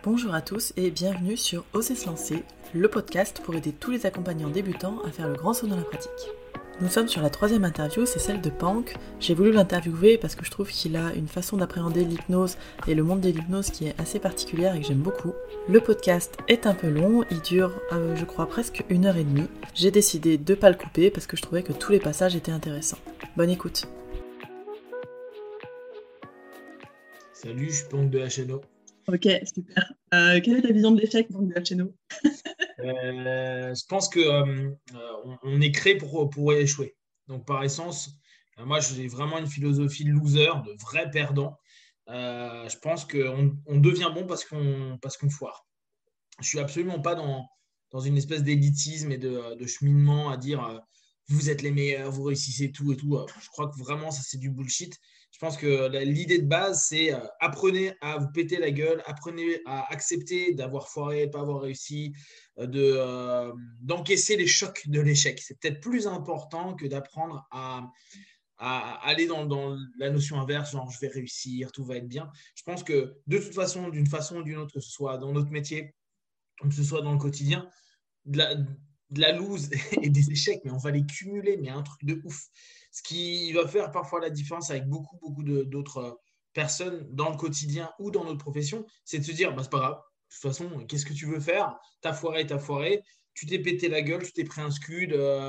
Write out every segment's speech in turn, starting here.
Bonjour à tous et bienvenue sur Oser se lancer, le podcast pour aider tous les accompagnants débutants à faire le grand saut dans la pratique. Nous sommes sur la 3e interview, c'est celle de Pank. J'ai voulu l'interviewer parce que je trouve qu'il a une façon d'appréhender l'hypnose et le monde de l'hypnose qui est assez particulière et que j'aime beaucoup. Le podcast est un peu long, il dure je crois presque 1h30. J'ai décidé de pas le couper parce que je trouvais que tous les passages étaient intéressants. Bonne écoute. Salut, je suis Pank de HNO. Ok, super. Quelle est ta vision de l'échec donc, de HNO? Je pense que on est créé pour échouer. Donc par essence, moi j'ai vraiment une philosophie de loser, de vrai perdant. Je pense qu'on devient bon parce qu'on foire. Je suis absolument pas dans une espèce d'élitisme et de cheminement à dire vous êtes les meilleurs, vous réussissez tout et tout. Je crois que vraiment ça c'est du bullshit. Je pense que l'idée de base c'est apprenez à vous péter la gueule, apprenez à accepter d'avoir foiré, de pas avoir réussi, d'encaisser les chocs de l'échec. C'est peut-être plus important que d'apprendre à aller dans la notion inverse, genre je vais réussir, tout va être bien. Je pense que de toute façon, d'une façon ou d'une autre, que ce soit dans notre métier, que ce soit dans le quotidien, de la loose et des échecs, mais on va les cumuler, mais un truc de ouf. Ce qui va faire parfois la différence avec beaucoup d'autres personnes dans le quotidien ou dans notre profession, c'est de se dire, bah, c'est pas grave, de toute façon, qu'est-ce que tu veux faire? T'as foiré, tu t'es pété la gueule, tu t'es pris un scud,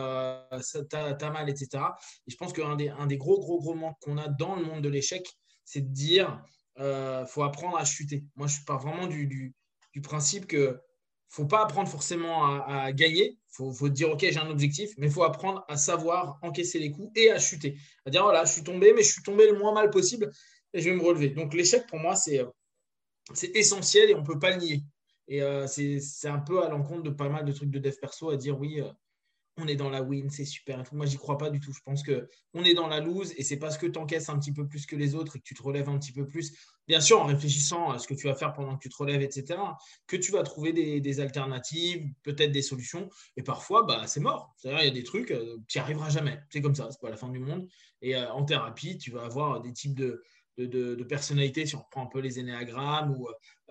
t'as mal, etc. Et je pense qu'un des gros manques qu'on a dans le monde de l'échec, c'est de dire, faut apprendre à chuter. Moi, je pars vraiment du principe que faut pas apprendre forcément à gagner. Faut dire, OK, j'ai un objectif, mais il faut apprendre à savoir encaisser les coups et à chuter. À dire, voilà, je suis tombé, mais je suis tombé le moins mal possible et je vais me relever. Donc, l'échec, pour moi, c'est essentiel et on ne peut pas le nier. Et c'est un peu à l'encontre de pas mal de trucs de dev perso à dire, oui, on est dans la win, c'est super. Et tout. Moi, j'y crois pas du tout. Je pense qu'on est dans la lose et c'est parce que tu encaisses un petit peu plus que les autres et que tu te relèves un petit peu plus, bien sûr, en réfléchissant à ce que tu vas faire pendant que tu te relèves, etc., que tu vas trouver des alternatives, peut-être des solutions. Et parfois, bah, c'est mort. C'est-à-dire, il y a des trucs, tu n'y arriveras jamais. C'est comme ça, c'est pas la fin du monde. Et en thérapie, tu vas avoir des types de personnalités, si on reprend un peu les énéagrammes ou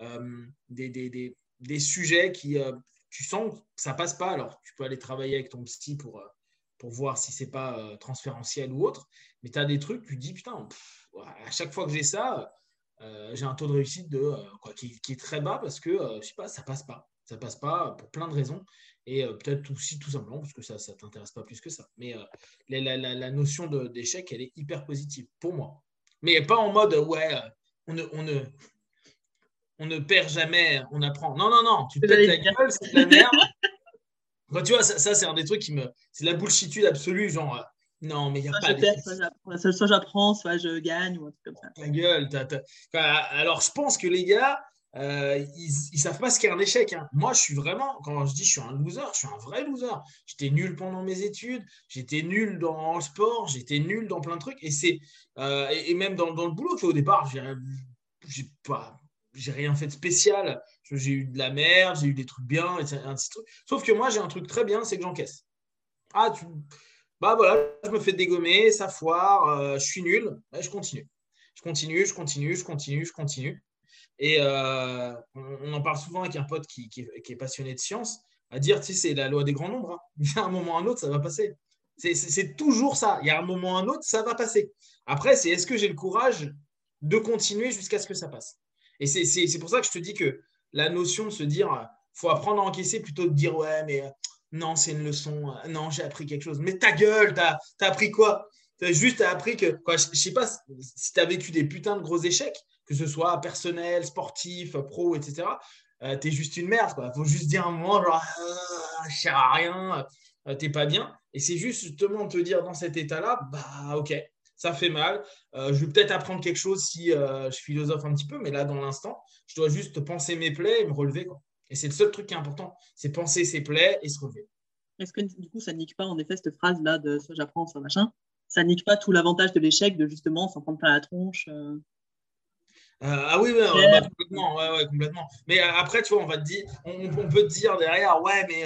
des sujets qui tu sens que ça passe pas, alors tu peux aller travailler avec ton psy pour voir si c'est pas transférentiel ou autre, mais tu as des trucs, tu te dis putain, à chaque fois que j'ai ça, j'ai un taux de réussite qui est très bas parce que je sais pas, ça passe pas pour plein de raisons et peut-être aussi tout simplement parce que ça t'intéresse pas plus que ça. Mais la notion d'échec, elle est hyper positive pour moi, mais pas en mode ouais, on ne perd jamais, on apprend. Non, tu te pètes la gueule, c'est de la merde. Quand tu vois, ça c'est un des trucs c'est la bullshitude absolue, genre, non, mais il n'y a pas de. Soit j'apprends, soit je gagne, ou un truc comme ça. Ta gueule, alors je pense que les gars, ils savent pas ce qu'est un échec. Hein. Moi, je suis vraiment, quand je dis je suis un loser, je suis un vrai loser. J'étais nul pendant mes études, j'étais nul dans le sport, j'étais nul dans plein de trucs. Et même dans le boulot, tu vois, au départ, j'ai rien fait de spécial. J'ai eu de la merde, j'ai eu des trucs bien, et un petit truc. Sauf que moi, j'ai un truc très bien, c'est que j'encaisse. Bah voilà, je me fais dégommer, ça foire, je suis nul, je continue. Je continue. Et on en parle souvent avec un pote qui est passionné de science, à dire, tu sais, c'est la loi des grands nombres. Hein. Il y a un moment ou un autre, ça va passer. C'est toujours ça. Il y a un moment ou un autre, ça va passer. Après, c'est est-ce que j'ai le courage de continuer jusqu'à ce que ça passe. Et c'est pour ça que je te dis que la notion de se dire, faut apprendre à encaisser plutôt que de dire, ouais, mais non, c'est une leçon, non, j'ai appris quelque chose. Mais ta gueule, t'as appris quoi? T'as juste appris que, quoi, je sais pas si tu as vécu des putains de gros échecs, que ce soit personnel, sportif, pro, etc. T'es juste une merde, quoi. Faut juste dire un moment, genre, je sers à rien, t'es pas bien. Et c'est juste justement te dire dans cet état-là, bah, ok, ça fait mal. Je vais peut-être apprendre quelque chose si je philosophe un petit peu, mais là, dans l'instant, je dois juste penser mes plaies et me relever, quoi. Et c'est le seul truc qui est important, c'est penser ses plaies et se relever. Est-ce que du coup, ça nique pas en effet cette phrase-là de soit j'apprends, soit machin? Ça nique pas tout l'avantage de l'échec de justement s'en prendre plein la tronche Ah oui, bah, complètement, ouais, complètement. Mais après, tu vois, on peut te dire derrière, ouais, mais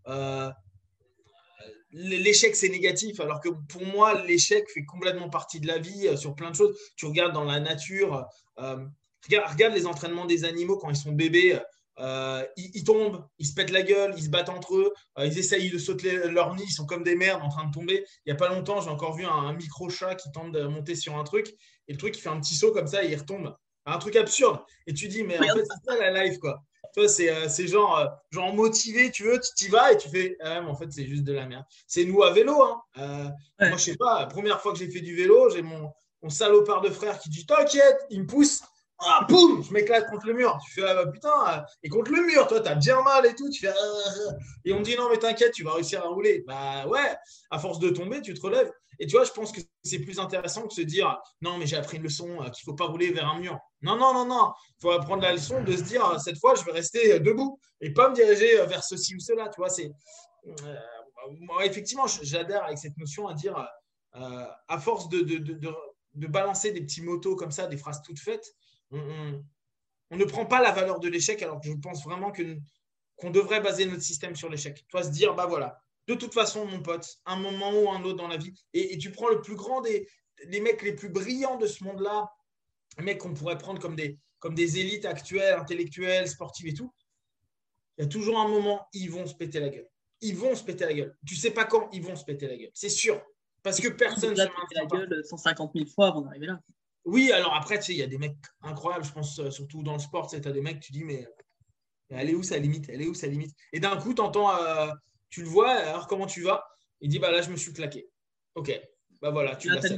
l'échec c'est négatif, alors que pour moi l'échec fait complètement partie de la vie sur plein de choses. Tu regardes dans la nature, Regarde les entraînements des animaux quand ils sont bébés. Ils tombent, ils se pètent la gueule, ils se battent entre eux, ils essayent de sauter leur nid, ils sont comme des merdes en train de tomber. Il n'y a pas longtemps, j'ai encore vu un micro-chat qui tente de monter sur un truc, et le truc, il fait un petit saut comme ça et il retombe. Un truc absurde. Et tu dis, mais en fait, c'est ça la life, quoi. Tu vois, c'est genre motivé, tu veux, tu t'y vas et tu fais, mais en fait, c'est juste de la merde. C'est nous à vélo. Hein. Moi, je sais pas, la première fois que j'ai fait du vélo, j'ai mon salopard de frère qui dit, t'inquiète, il me pousse. Ah, boum, je m'éclate contre le mur. Tu fais, putain, et contre le mur, toi, t'as bien mal et tout. Tu fais, et on me dit, non, mais t'inquiète, tu vas réussir à rouler. Bah ouais, à force de tomber, tu te relèves. Et tu vois, je pense que c'est plus intéressant que de se dire, non, mais j'ai appris une leçon, qu'il ne faut pas rouler vers un mur. Non, non, non, non. Il faut apprendre la leçon de se dire, cette fois, je vais rester debout et pas me diriger vers ceci ou cela. Tu vois, moi, effectivement, j'adhère avec cette notion à dire, à force de balancer des petits motos comme ça, des phrases toutes faites, on ne prend pas la valeur de l'échec, alors que je pense vraiment qu'on devrait baser notre système sur l'échec. Toi, se dire, bah voilà, de toute façon, mon pote, un moment ou un autre dans la vie, et tu prends le plus grand des mecs les plus brillants de ce monde-là, les mecs qu'on pourrait prendre comme des élites actuelles, intellectuelles, sportives et tout, il y a toujours un moment, ils vont se péter la gueule. Ils vont se péter la gueule. Tu sais pas quand ils vont se péter la gueule. C'est sûr. Parce que personne ne se maintient la gueule 150 000 fois avant d'arriver là. Oui, alors après, tu sais, il y a des mecs incroyables, je pense, surtout dans le sport, tu as des mecs, tu dis, mais elle est où sa limite? Elle est où sa limite? Et d'un coup, tu le vois, alors comment tu vas? Il dit, bah là, je me suis claqué. Ok, bah voilà, tu vas ça.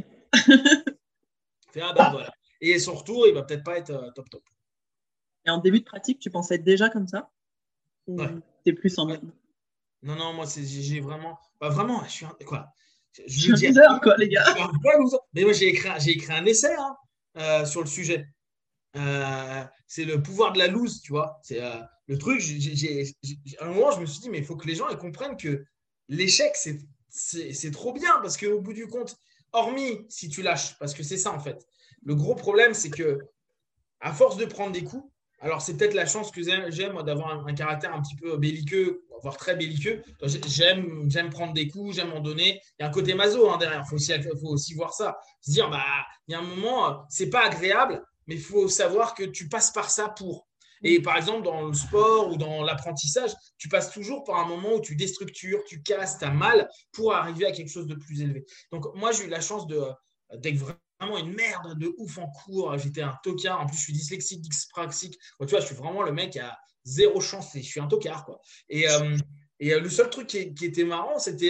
Bah voilà. Et son retour, il va peut-être pas être top. Et en début de pratique, tu pensais être déjà comme ça? Ouais. T'es plus en mode. Non, moi, j'ai vraiment. Bah vraiment, je suis un. Quoi? Je suis un loser, quoi, les gars. Mais moi, j'ai écrit un essai sur le sujet. C'est le pouvoir de la loose, tu vois. C'est le truc. À un moment, je me suis dit, mais il faut que les gens ils comprennent que l'échec, c'est trop bien parce qu'au bout du compte, hormis si tu lâches, parce que c'est ça en fait. Le gros problème, c'est que à force de prendre des coups, alors c'est peut-être la chance que j'ai moi d'avoir un caractère un petit peu belliqueux, voire très belliqueux. J'aime prendre des coups, j'aime en donner. Il y a un côté maso derrière. Il faut aussi voir ça. Se dire, bah, il y a un moment, c'est pas agréable, mais il faut savoir que tu passes par ça pour. Et par exemple, dans le sport ou dans l'apprentissage, tu passes toujours par un moment où tu déstructures, tu casses, tu as mal pour arriver à quelque chose de plus élevé. Donc, moi, j'ai eu la chance d'être vraiment une merde de ouf en cours. J'étais un tocard. En plus, je suis dyslexique, dyspraxique. Tu vois, je suis vraiment le mec qui a zéro chance. Je suis un tocard, quoi. Et le seul truc qui était marrant, c'était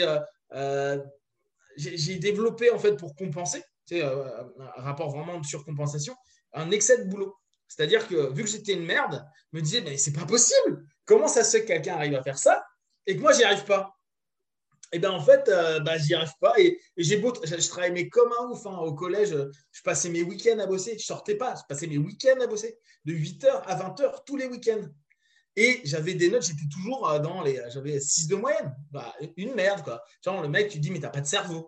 j'ai développé, en fait, pour compenser, tu sais, un rapport vraiment de surcompensation, un excès de boulot. C'est-à-dire que vu que j'étais une merde, je me disais, mais c'est pas possible. Comment ça se fait que quelqu'un arrive à faire ça et que moi, j'y arrive pas? Et bien en fait, j'y arrive pas. Et je travaillais mais comme un ouf. Au collège, je passais mes week-ends à bosser. Je sortais pas. Je passais mes week-ends à bosser de 8h à 20h tous les week-ends. Et j'avais des notes, j'étais toujours j'avais 6 de moyenne. Bah, une merde, quoi. Genre, le mec, tu te dis, mais t'as pas de cerveau.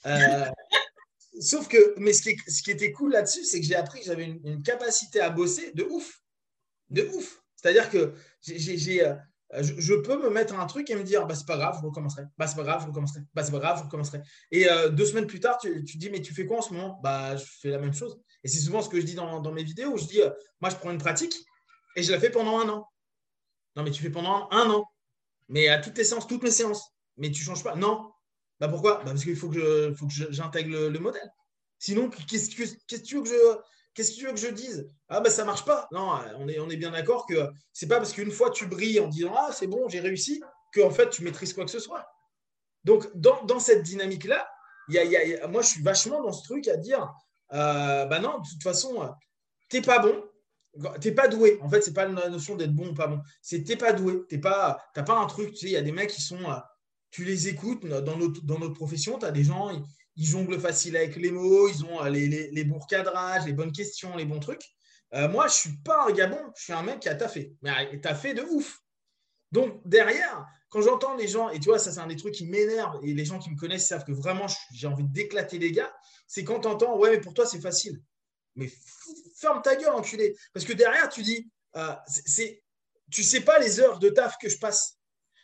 Sauf que, mais ce qui était cool là-dessus, c'est que j'ai appris que j'avais une capacité à bosser de ouf. De ouf. C'est-à-dire que je peux me mettre un truc et me dire, bah, c'est pas grave, je recommencerai. Bah, c'est pas grave, je recommencerai. Bah, c'est pas grave, je recommencerai. Et 2 semaines plus tard, tu dis, mais tu fais quoi en ce moment? Bah, je fais la même chose. Et c'est souvent ce que je dis dans mes vidéos. Je dis, moi, je prends une pratique et je la fais pendant 1 an. Non, mais tu fais pendant 1 an. Mais à toutes tes séances, toutes mes séances. Mais tu ne changes pas. Non. Bah, pourquoi? Bah, parce qu'il faut que j'intègre le modèle. Sinon, qu'est-ce que tu veux que je dise? Ah, bah, ça marche pas. Non, on est bien d'accord que c'est pas parce qu'une fois tu brilles en disant, ah, c'est bon, j'ai réussi, qu'en fait, tu maîtrises quoi que ce soit. Donc, dans cette dynamique-là, moi, je suis vachement dans ce truc à dire, bah non, de toute façon, t'es pas bon, t'es pas doué. En fait, c'est pas la notion d'être bon ou pas bon. C'est t'es pas doué. T'as pas un truc, tu sais, il y a des mecs qui sont, tu les écoutes dans notre profession, tu as des gens, ils jonglent facile avec les mots, ils ont les bons recadrages, les bonnes questions, les bons trucs. Moi, je suis pas un gars bon, je suis un mec qui a taffé. Mais taffé de ouf. Donc, derrière, quand j'entends les gens, et tu vois, ça, c'est un des trucs qui m'énerve, et les gens qui me connaissent savent que vraiment, j'ai envie d'éclater les gars, c'est quand tu entends, ouais, mais pour toi, c'est facile. Mais ferme ta gueule, enculé. Parce que derrière, tu dis, tu sais pas les heures de taf que je passe.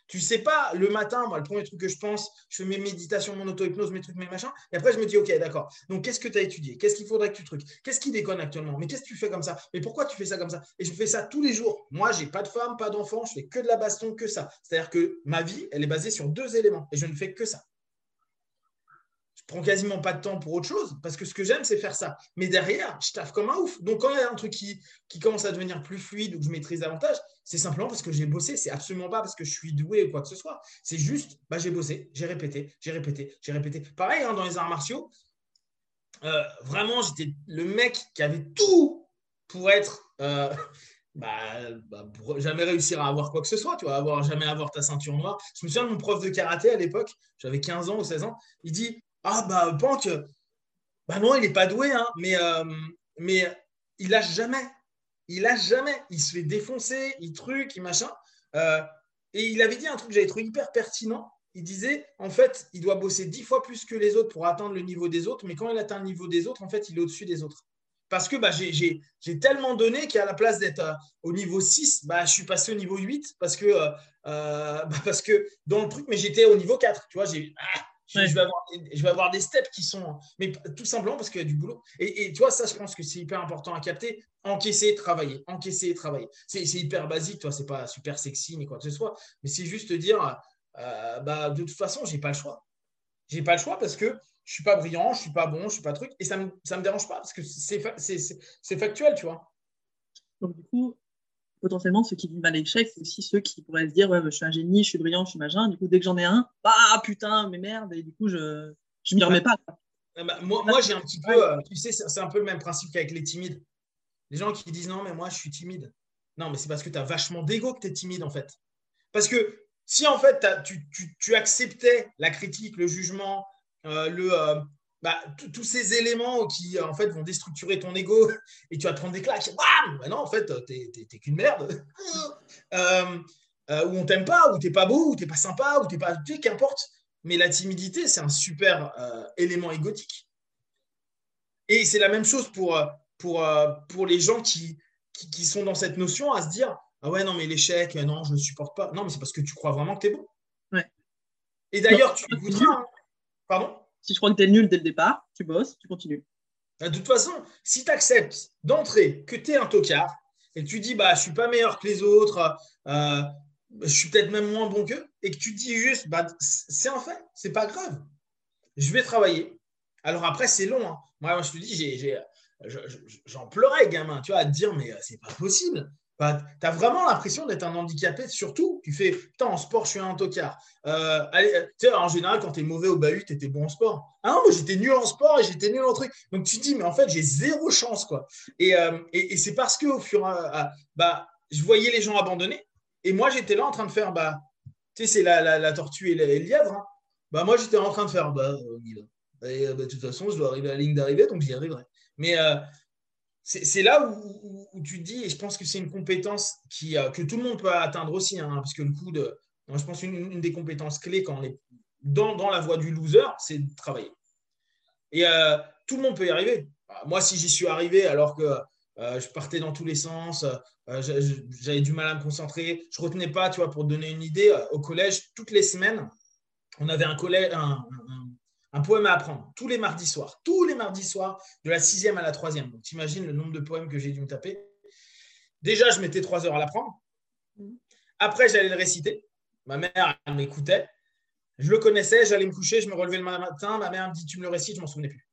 Tu sais pas, le matin, moi, le premier truc que je pense, je fais mes méditations, mon auto-hypnose, mes trucs, mes machins, et après, je me dis, OK, d'accord. Donc, qu'est-ce que tu as étudié? Qu'est-ce qu'il faudrait que tu truques? Qu'est-ce qui déconne actuellement? Mais qu'est-ce que tu fais comme ça? Mais pourquoi tu fais ça comme ça? Et je fais ça tous les jours. Moi, j'ai pas de femme, pas d'enfant, je fais que de la baston, que ça. C'est-à-dire que ma vie, elle est basée sur 2 éléments, et je ne fais que ça. Je prends quasiment pas de temps pour autre chose parce que ce que j'aime, c'est faire ça. Mais derrière, je taffe comme un ouf. Donc, quand il y a un truc qui commence à devenir plus fluide ou que je maîtrise davantage, c'est simplement parce que j'ai bossé. C'est absolument pas parce que je suis doué ou quoi que ce soit. C'est juste, j'ai bossé, j'ai répété, j'ai répété, j'ai répété. Pareil, dans les arts martiaux, vraiment, j'étais le mec qui avait tout pour être. Pour jamais réussir à avoir quoi que ce soit, tu vois, jamais avoir ta ceinture noire. Je me souviens de mon prof de karaté à l'époque, j'avais 15 ans ou 16 ans, il dit Pank, non, il n'est pas doué, hein, mais il lâche jamais. Il lâche jamais. Il se fait défoncer, il truc, il machin. Euh, et il avait dit un truc que j'avais trouvé hyper pertinent. Il disait, en fait, il doit bosser 10 fois plus que les autres pour atteindre le niveau des autres, mais quand il atteint le niveau des autres, en fait, il est au-dessus des autres. Parce que j'ai tellement donné qu'à la place d'être au niveau 6, je suis passé au niveau 8 parce que dans le truc, mais j'étais au niveau 4. Tu vois, je vais avoir des steps qui sont. Mais tout simplement parce qu'il y a du boulot. Et tu vois, ça, je pense que c'est hyper important à capter. Encaisser, travailler. Encaisser, travailler. C'est hyper basique, tu vois, c'est pas super sexy ni quoi que ce soit. Mais c'est juste dire de toute façon, j'ai pas le choix. J'ai pas le choix parce que je suis pas brillant, je suis pas bon, je suis pas truc. Et ça me dérange pas parce que c'est factuel, tu vois. Donc, du coup, potentiellement, ceux qui vivent à l'échec, c'est aussi ceux qui pourraient se dire, ouais, je suis un génie, je suis brillant, je suis machin. Du coup, dès que j'en ai un, putain, mais merde. Et du coup, je m'y remets pas. Moi, j'ai un petit peu, tu sais, c'est un peu le même principe qu'avec les timides. Les gens qui disent non, mais moi, je suis timide. Non, mais c'est parce que tu as vachement d'ego que tu es timide, en fait. Parce que si, en fait, tu acceptais la critique, le jugement, tous ces éléments qui, en fait, vont déstructurer ton ego et tu vas te prendre des claques. Bam, non, en fait, t'es qu'une merde. Ou on t'aime pas, ou t'es pas beau, ou t'es pas sympa, ou t'es pas. Tu sais, qu'importe. Mais la timidité, c'est un super élément égotique. Et c'est la même chose pour les gens qui sont dans cette notion à se dire ah ouais, non, mais l'échec, non, je ne le supporte pas. Non, mais c'est parce que tu crois vraiment que tu es bon. Ouais. Et d'ailleurs, tu écouteras. Pardon? Si je crois que tu es nul dès le départ, tu bosses, tu continues. De toute façon, si tu acceptes d'entrée que tu es un tocard et que tu dis je ne suis pas meilleur que les autres, je suis peut-être même moins bon qu'eux, et que tu dis juste c'est un fait, c'est pas grave. Je vais travailler. Alors après, c'est long. Hein. Moi, je te dis, j'en pleurais, gamin, tu vois, à te dire, mais c'est pas possible. Tu as vraiment l'impression d'être un handicapé, surtout. Tu fais, putain, en sport, je suis un tocard. Tu sais, en général, quand tu es mauvais au bahut, tu étais bon en sport. Ah non, moi, j'étais nul en sport et j'étais nul en truc. Donc, tu te dis, mais en fait, j'ai zéro chance, quoi. Et c'est parce qu'au fur et à je voyais les gens abandonner. Et moi, j'étais là en train de faire, tu sais, c'est la tortue et le lièvre. Hein. Moi, j'étais en train de faire, on y va. Et de toute façon, je dois arriver à la ligne d'arrivée, donc j'y arriverai. Mais c'est là où tu te dis, et je pense que c'est une compétence que tout le monde peut atteindre aussi, hein, parce que le coup de. Moi, je pense une des compétences clés quand on est dans la voie du loser, c'est de travailler. Et tout le monde peut y arriver. Moi, si j'y suis arrivé alors que je partais dans tous les sens, j'avais du mal à me concentrer, je ne retenais pas, tu vois, pour te donner une idée, au collège, toutes les semaines, on avait un poème à apprendre tous les mardis soirs, de la 6e à la 3e. Donc, t'imagines le nombre de poèmes que j'ai dû me taper. Déjà, je mettais 3 heures à l'apprendre. Après, j'allais le réciter. Ma mère, elle m'écoutait. Je le connaissais, j'allais me coucher, je me relevais le matin. Ma mère me dit, tu me le récites, je ne m'en souvenais plus.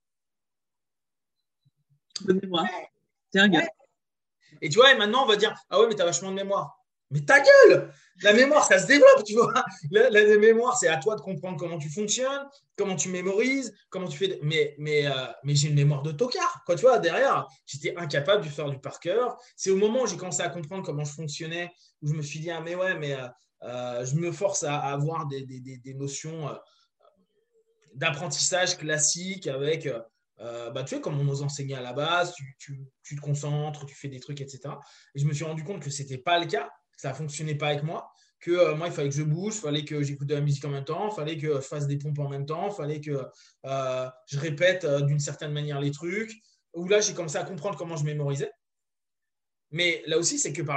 De mémoire. C'est un gars. Ouais. Et tu vois, et maintenant, on va dire, ah ouais, mais tu as vachement de mémoire. Mais ta gueule! La mémoire, ça se développe, tu vois. La mémoire, c'est à toi de comprendre comment tu fonctionnes, comment tu mémorises, comment tu fais. Mais j'ai une mémoire de tocard, quoi, tu vois. Derrière, j'étais incapable de faire du par cœur. C'est au moment où j'ai commencé à comprendre comment je fonctionnais, où je me suis dit, ah, mais ouais, mais je me force à avoir des notions d'apprentissage classique avec. Tu sais, comme on nous enseignait à la base, tu te concentres, tu fais des trucs, etc. Et je me suis rendu compte que ce n'était pas le cas, que ça ne fonctionnait pas avec moi, que moi, il fallait que je bouge, il fallait que j'écoute de la musique en même temps, il fallait que je fasse des pompes en même temps, il fallait que je répète d'une certaine manière les trucs. Où là, j'ai commencé à comprendre comment je mémorisais. Mais là aussi, c'est que par le boulot.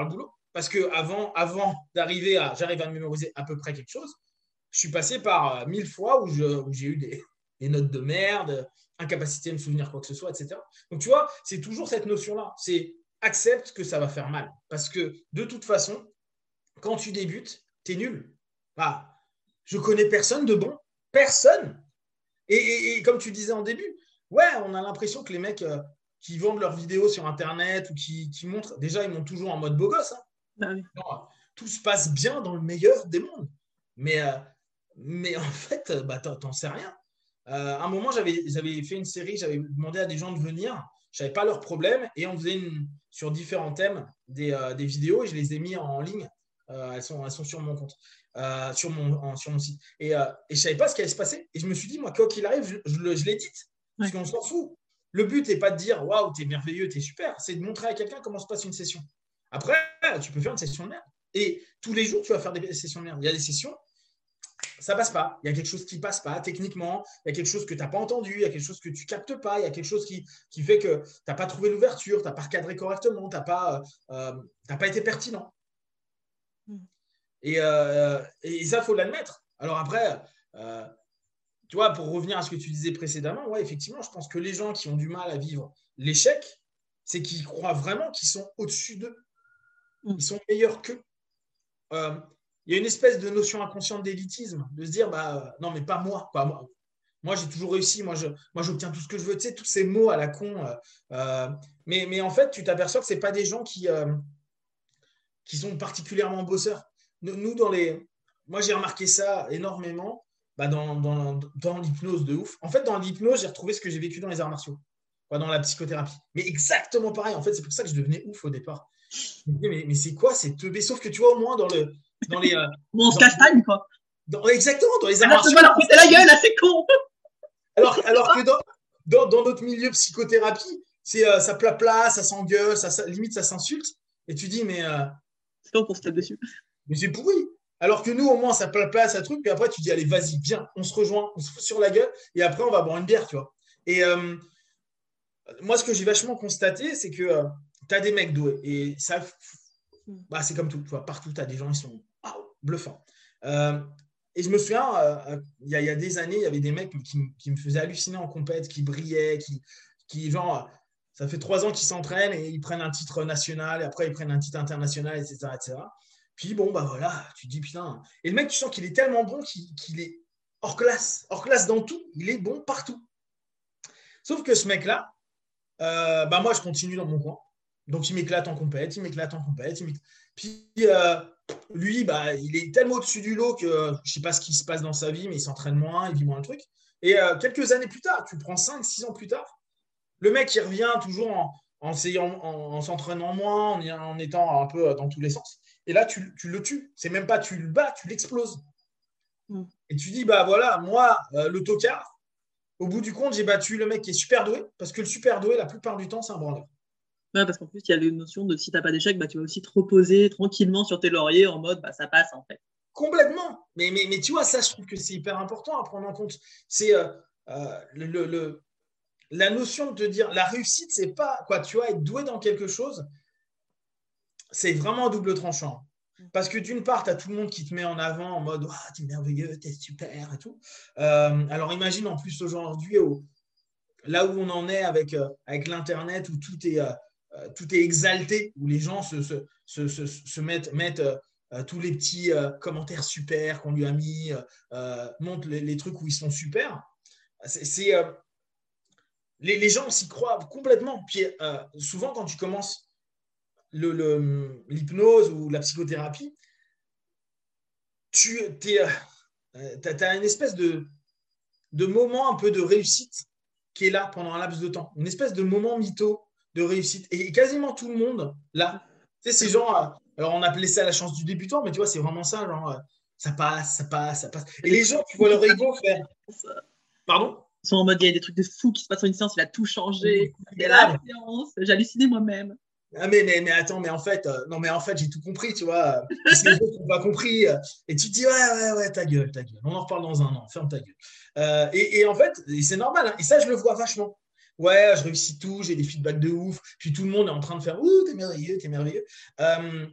parce que avant d'arriver j'arrive à mémoriser à peu près quelque chose, je suis passé par 1000 fois où j'ai eu des notes de merde, incapacité de me souvenir quoi que ce soit, etc. Donc, tu vois, c'est toujours cette notion-là. C'est accepte que ça va faire mal. Parce que de toute façon, quand tu débutes, tu es nul. Ah, je connais personne de bon. Personne. Et comme tu disais en début, ouais, on a l'impression que les mecs qui vendent leurs vidéos sur Internet ou qui montrent, déjà, ils montent toujours en mode beau gosse. Hein. Bah oui. Non, tout se passe bien dans le meilleur des mondes. Mais en fait, t'en sais rien. À un moment, j'avais fait une série, j'avais demandé à des gens de venir, je savais pas leurs problèmes, et on faisait sur différents thèmes des vidéos, et je les ai mis en ligne. Elles sont sur mon compte, sur mon site. Et je savais pas ce qui allait se passer. Et je me suis dit, moi, quoi qu'il arrive, je l'édite. Parce qu'on s'en fout. Le but n'est pas de dire, waouh, t'es merveilleux, t'es super. C'est de montrer à quelqu'un comment se passe une session. Après, tu peux faire une session de merde. Et tous les jours, tu vas faire des sessions de merde. Il y a des sessions, ça passe pas. Il y a quelque chose qui passe pas techniquement. Il y a quelque chose que tu n'as pas entendu. Il y a quelque chose que tu captes pas. Il y a quelque chose qui fait que tu n'as pas trouvé l'ouverture. Tu n'as pas recadré correctement. Tu n'as pas été pertinent. Et ça, il faut l'admettre. Alors après, tu vois, pour revenir à ce que tu disais précédemment, ouais, effectivement, je pense que les gens qui ont du mal à vivre l'échec, c'est qu'ils croient vraiment qu'ils sont au-dessus d'eux. Ils sont meilleurs qu'eux. Il y a une espèce de notion inconsciente d'élitisme, de se dire, non, mais pas moi. Moi, j'ai toujours réussi. Moi, j'obtiens tout ce que je veux. Tu sais, tous ces mots à la con. Mais en fait, tu t'aperçois que ce n'est pas des gens qui sont particulièrement bosseurs. Nous, moi, j'ai remarqué ça énormément dans l'hypnose de ouf. En fait, dans l'hypnose, j'ai retrouvé ce que j'ai vécu dans les arts martiaux, dans la psychothérapie. Mais exactement pareil. En fait, c'est pour ça que je devenais ouf au départ. Je me disais, mais c'est quoi ces teubés? Sauf que tu vois, au moins, dans les. On se castagne, quoi. Exactement, dans les arts martiaux. Tu vas leur péter la gueule, là, c'est con. Alors que dans notre milieu psychothérapie, ça plapla, ça s'engueule, limite ça s'insulte. Et tu dis, mais. C'est quand qu'on se tape dessus. Mais c'est pourri. Alors que nous, au moins, ça plapla, ça truc. Puis après, tu dis, allez, vas-y, viens, on se rejoint, on se fout sur la gueule. Et après, on va boire une bière, tu vois. Et moi, ce que j'ai vachement constaté, c'est que tu as des mecs doués. Et ça, c'est comme tout. Tu vois, partout, tu as des gens, ils sont bluffants. Et je me souviens, il y a des années, il y avait des mecs qui me faisaient halluciner en compète, qui brillaient, qui genre, ça fait 3 ans qu'ils s'entraînent et ils prennent un titre national et après ils prennent un titre international, etc. etc. Puis bon, voilà, tu te dis putain. Et le mec, tu sens qu'il est tellement bon qu'il est hors classe dans tout, il est bon partout. Sauf que ce mec-là, moi, je continue dans mon coin. Donc, il m'éclate en compète. Puis, lui, il est tellement au-dessus du lot que je ne sais pas ce qui se passe dans sa vie, mais il s'entraîne moins, il vit moins le truc. Et quelques années plus tard, tu prends 5-6 ans plus tard, le mec, il revient toujours en s'entraînant moins, en étant un peu dans tous les sens. Et là, tu le tues. C'est même pas tu le bats, tu l'exploses. Et tu dis, voilà, moi, le tocard, au bout du compte, j'ai battu le mec qui est super doué, parce que le super doué, la plupart du temps, c'est un branleur. Ouais, parce qu'en plus, il y a la notion de si tu n'as pas d'échec, tu vas aussi te reposer tranquillement sur tes lauriers en mode ça passe en fait. Complètement. Mais tu vois, ça, je trouve que c'est hyper important à prendre en compte. C'est la notion de te dire la réussite, c'est pas quoi, tu vois, être doué dans quelque chose, c'est vraiment double tranchant. Parce que d'une part, tu as tout le monde qui te met en avant en mode t'es merveilleux, t'es super et tout. Alors imagine en plus aujourd'hui, là où on en est avec l'Internet, où tout est exalté, où les gens se mettent tous les petits commentaires super qu'on lui a mis, montrent les trucs où ils sont super. Les gens s'y croient complètement. Puis souvent, quand tu commences l'hypnose ou la psychothérapie, tu as une espèce de moment un peu de réussite qui est là pendant un laps de temps. Une espèce de moment mytho de réussite. Et quasiment tout le monde, là, tu sais, ces gens, alors on appelait ça la chance du débutant, mais tu vois, c'est vraiment ça, genre, ça passe. Et les gens, tu vois leur ego faire. Pardon? Ils sont en mode, il y a des trucs de fou qui se passent en une séance, il a tout changé. Et la séance, j'ai halluciné moi-même. Ah mais attends, mais en fait, j'ai tout compris, tu vois. Parce que les autres n'ont pas compris. Et tu te dis, ouais, ta gueule. On en reparle dans un an, ferme ta gueule. Et en fait, c'est normal. Hein, et ça, je le vois vachement. Ouais, je réussis tout, j'ai des feedbacks de ouf. Puis tout le monde est en train de faire, t'es merveilleux.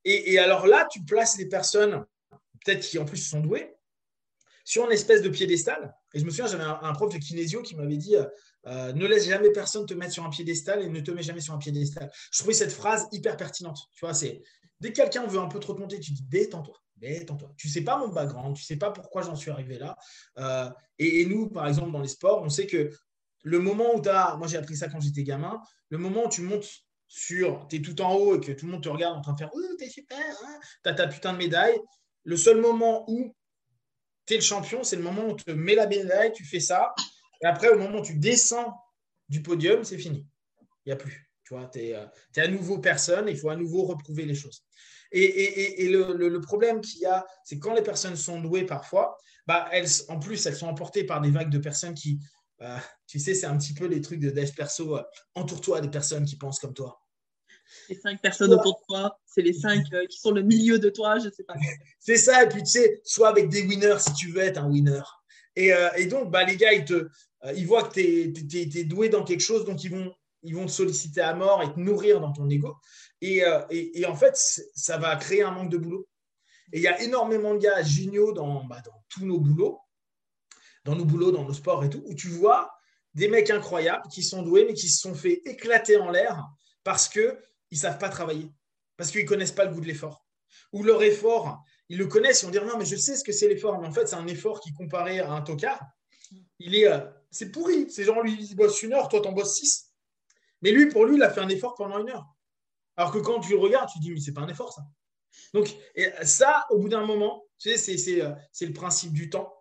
Et alors là, tu places les personnes, peut-être qui en plus sont douées, sur une espèce de piédestal. Et je me souviens, j'avais un prof de kinésio qui m'avait dit ne laisse jamais personne te mettre sur un piédestal et ne te mets jamais sur un piédestal. Je trouvais cette phrase hyper pertinente. Tu vois, c'est dès que quelqu'un veut un peu trop te monter, tu dis détends-toi, détends-toi. Tu ne sais pas mon background, tu ne sais pas pourquoi j'en suis arrivé là. Et nous, par exemple, dans les sports, on sait que le moment où tu as, moi j'ai appris ça quand j'étais gamin, le moment où tu montes tu es tout en haut et que tout le monde te regarde en train de faire t'es super, hein, tu as ta putain de médaille. Le seul moment où tu es le champion, c'est le moment où on te met la médaille, tu fais ça. Et après, au moment où tu descends du podium, c'est fini. Il n'y a plus. Tu vois, tu es à nouveau personne, il faut à nouveau reprouver les choses. Et le problème qu'il y a, c'est que quand les personnes sont douées parfois, en plus, elles sont emportées par des vagues de personnes qui, tu sais, c'est un petit peu les trucs de dev perso, entoure-toi des personnes qui pensent comme toi. Les 5 personnes autour de toi, c'est les 5 qui sont le milieu de toi, je ne sais pas. C'est ça, et puis tu sais, sois avec des winners si tu veux être un winner. Et donc, les gars, ils voient que tu es doué dans quelque chose, donc ils vont te solliciter à mort et te nourrir dans ton ego. Et en fait, ça va créer un manque de boulot. Et il y a énormément de gars géniaux dans tous nos boulots, dans nos sports et tout, où tu vois des mecs incroyables qui sont doués, mais qui se sont fait éclater en l'air parce qu'ils ne savent pas travailler, parce qu'ils ne connaissent pas le goût de l'effort. Ou leur effort, ils le connaissent, ils vont dire non, mais je sais ce que c'est l'effort, mais en fait, c'est un effort qui, comparé à un tocard, c'est pourri. C'est genre, lui, il bosse 1 heure, toi, t'en bosses 6. Mais lui, pour lui, il a fait un effort pendant 1 heure. Alors que quand tu le regardes, tu te dis, mais c'est pas un effort, ça. Donc, ça, au bout d'un moment, tu sais, c'est le principe du temps.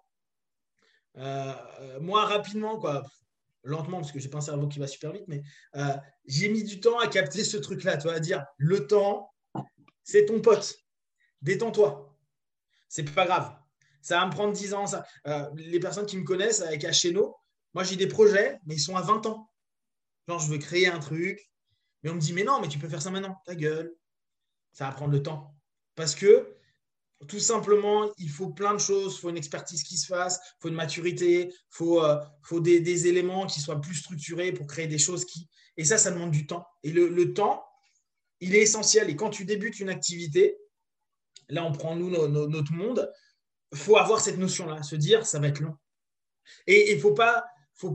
Moi, rapidement, quoi, lentement, parce que j'ai pas un cerveau qui va super vite, mais j'ai mis du temps à capter ce truc-là, tu vois, à dire, le temps, c'est ton pote. Détends-toi. C'est pas grave. Ça va me prendre 10 ans. Les personnes qui me connaissent avec HNO, moi, j'ai des projets, mais ils sont à 20 ans. Genre, je veux créer un truc, mais on me dit, mais non, mais tu peux faire ça maintenant. Ta gueule. Ça va prendre le temps. Parce que, tout simplement, il faut plein de choses. Il faut une expertise qui se fasse, il faut une maturité, il faut des éléments qui soient plus structurés pour créer des choses qui… Et ça demande du temps. Et le temps, il est essentiel. Et quand tu débutes une activité, là, on prend, nous, notre monde, il faut avoir cette notion-là, se dire, ça va être long. Et il ne faut pas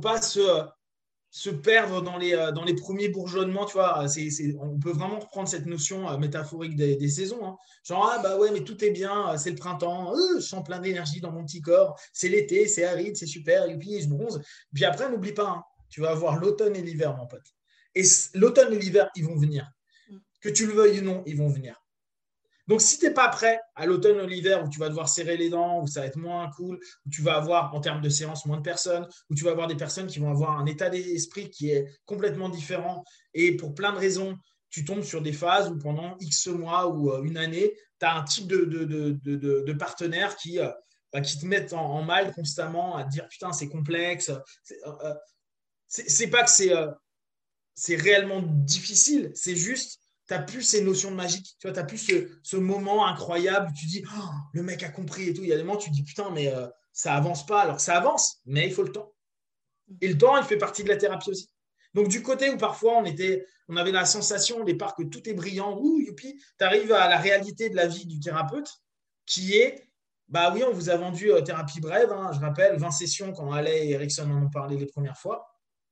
se perdre dans les premiers bourgeonnements, tu vois. On peut vraiment reprendre cette notion métaphorique des saisons. Hein. Genre, ouais, mais tout est bien, c'est le printemps, je sens plein d'énergie dans mon petit corps, c'est l'été, c'est aride, c'est super, et puis je bronze. Puis après, n'oublie pas, hein, tu vas avoir l'automne et l'hiver, mon pote. Et l'automne et l'hiver, ils vont venir. Que tu le veuilles ou non, ils vont venir. Donc, si tu n'es pas prêt à l'automne ou l'hiver où tu vas devoir serrer les dents, où ça va être moins cool, où tu vas avoir, en termes de séance, moins de personnes, où tu vas avoir des personnes qui vont avoir un état d'esprit qui est complètement différent et pour plein de raisons, tu tombes sur des phases où pendant X mois ou une année, tu as un type de partenaire qui te mettent en mal constamment à te dire putain, c'est complexe. C'est pas que c'est réellement difficile, c'est juste tu n'as plus ces notions de magie, tu vois, tu n'as plus ce moment incroyable où tu dis oh, le mec a compris et tout. Il y a des moments où tu dis putain, mais ça avance pas. Alors ça avance, mais il faut le temps. Et le temps, il fait partie de la thérapie aussi. Donc du côté où parfois on avait la sensation au départ que tout est brillant, youpi, tu arrives à la réalité de la vie du thérapeute qui est oui, on vous a vendu thérapie brève, hein, je rappelle, 20 sessions quand Allais et Erickson en ont parlé les premières fois.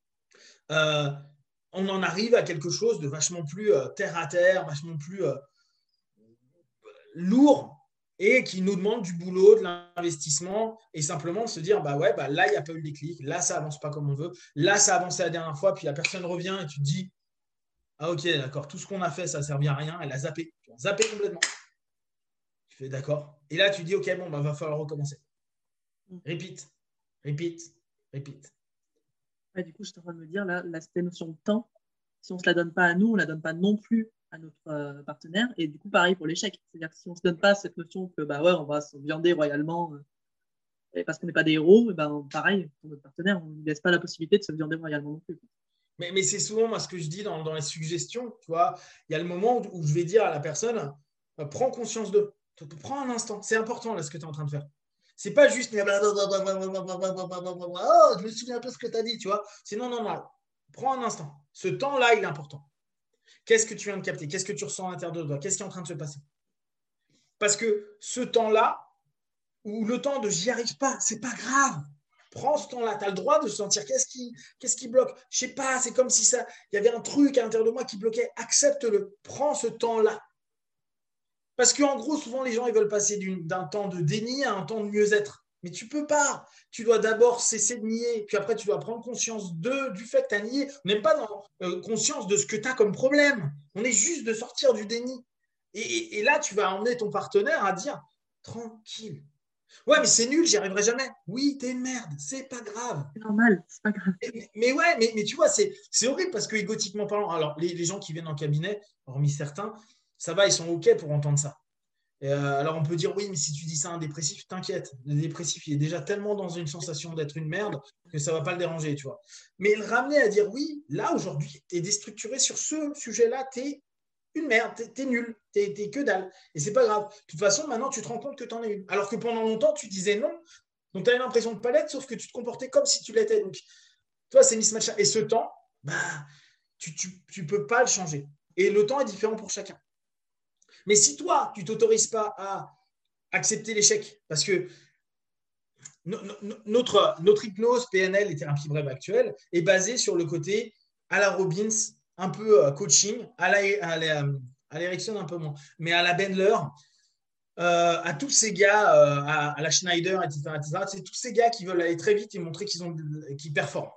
On en arrive à quelque chose de vachement plus terre à terre, vachement plus lourd et qui nous demande du boulot, de l'investissement et simplement se dire là, il n'y a pas eu le déclic, là, ça avance pas comme on veut, là, ça a avancé la dernière fois, puis la personne revient et tu te dis ah, ok, d'accord, tout ce qu'on a fait, ça ne servait à rien, elle a zappé, complètement. Tu fais d'accord. Et là, tu dis ok, bon, va falloir recommencer. Repeat. Du coup, je suis en train de me dire, là, cette notion de temps, si on ne se la donne pas à nous, on ne la donne pas non plus à notre partenaire. Et du coup, pareil pour l'échec. C'est-à-dire que si on ne se donne pas cette notion que, on va se viander royalement parce qu'on n'est pas des héros, pareil, pour notre partenaire, on ne lui laisse pas la possibilité de se viander royalement non plus. Mais c'est souvent moi, ce que je dis dans les suggestions. Tu vois, il y a le moment où je vais dire à la personne prends conscience de. Prends un instant. C'est important là ce que tu es en train de faire. C'est pas juste oh, je me souviens un peu ce que tu as dit, tu vois. C'est non. Prends un instant. Ce temps-là, il est important. Qu'est-ce que tu viens de capter? Qu'est-ce que tu ressens à l'intérieur de toi? Qu'est-ce qui est en train de se passer? Parce que ce temps-là, ou le temps de j'y arrive pas, c'est pas grave. Prends ce temps-là, tu as le droit de sentir qu'est-ce qui bloque. Je sais pas, c'est comme si il y avait un truc à l'intérieur de moi qui bloquait. Accepte-le, prends ce temps-là. Parce qu'en gros, souvent, les gens ils veulent passer d'un temps de déni à un temps de mieux-être. Mais tu peux pas. Tu dois d'abord cesser de nier, puis après, tu dois prendre conscience du fait que tu as nié, même pas dans conscience de ce que tu as comme problème. On est juste de sortir du déni. Et là, tu vas emmener ton partenaire à dire tranquille. Ouais, mais c'est nul, j'y arriverai jamais. Oui, t'es une merde, c'est pas grave. C'est normal, c'est pas grave. Mais ouais, mais tu vois, c'est horrible parce que égotiquement parlant, alors les gens qui viennent en cabinet, hormis certains, ça va, ils sont OK pour entendre ça. Alors on peut dire oui, mais si tu dis ça à un dépressif, t'inquiète. Le dépressif, il est déjà tellement dans une sensation d'être une merde que ça va pas le déranger, tu vois. Mais le ramener à dire oui, là aujourd'hui, t'es déstructuré sur ce sujet-là, t'es une merde, t'es nul, t'es que dalle. Et c'est pas grave. De toute façon, maintenant, tu te rends compte que t'en es une. Alors que pendant longtemps, tu disais non. Donc, tu as l'impression de pas l'être, sauf que tu te comportais comme si tu l'étais. Donc, toi, c'est mismatch. Et ce temps, bah, tu peux pas le changer. Et le temps est différent pour chacun. Mais si toi, tu t'autorises pas à accepter l'échec, parce que notre hypnose, PNL et thérapie brève actuelle est basée sur le côté à la Robbins, un peu coaching, à l'Erickson un peu moins, mais à la Bendler, à tous ces gars, à la Schneider, etc. C'est tous ces gars qui veulent aller très vite et montrer qu'ils performent.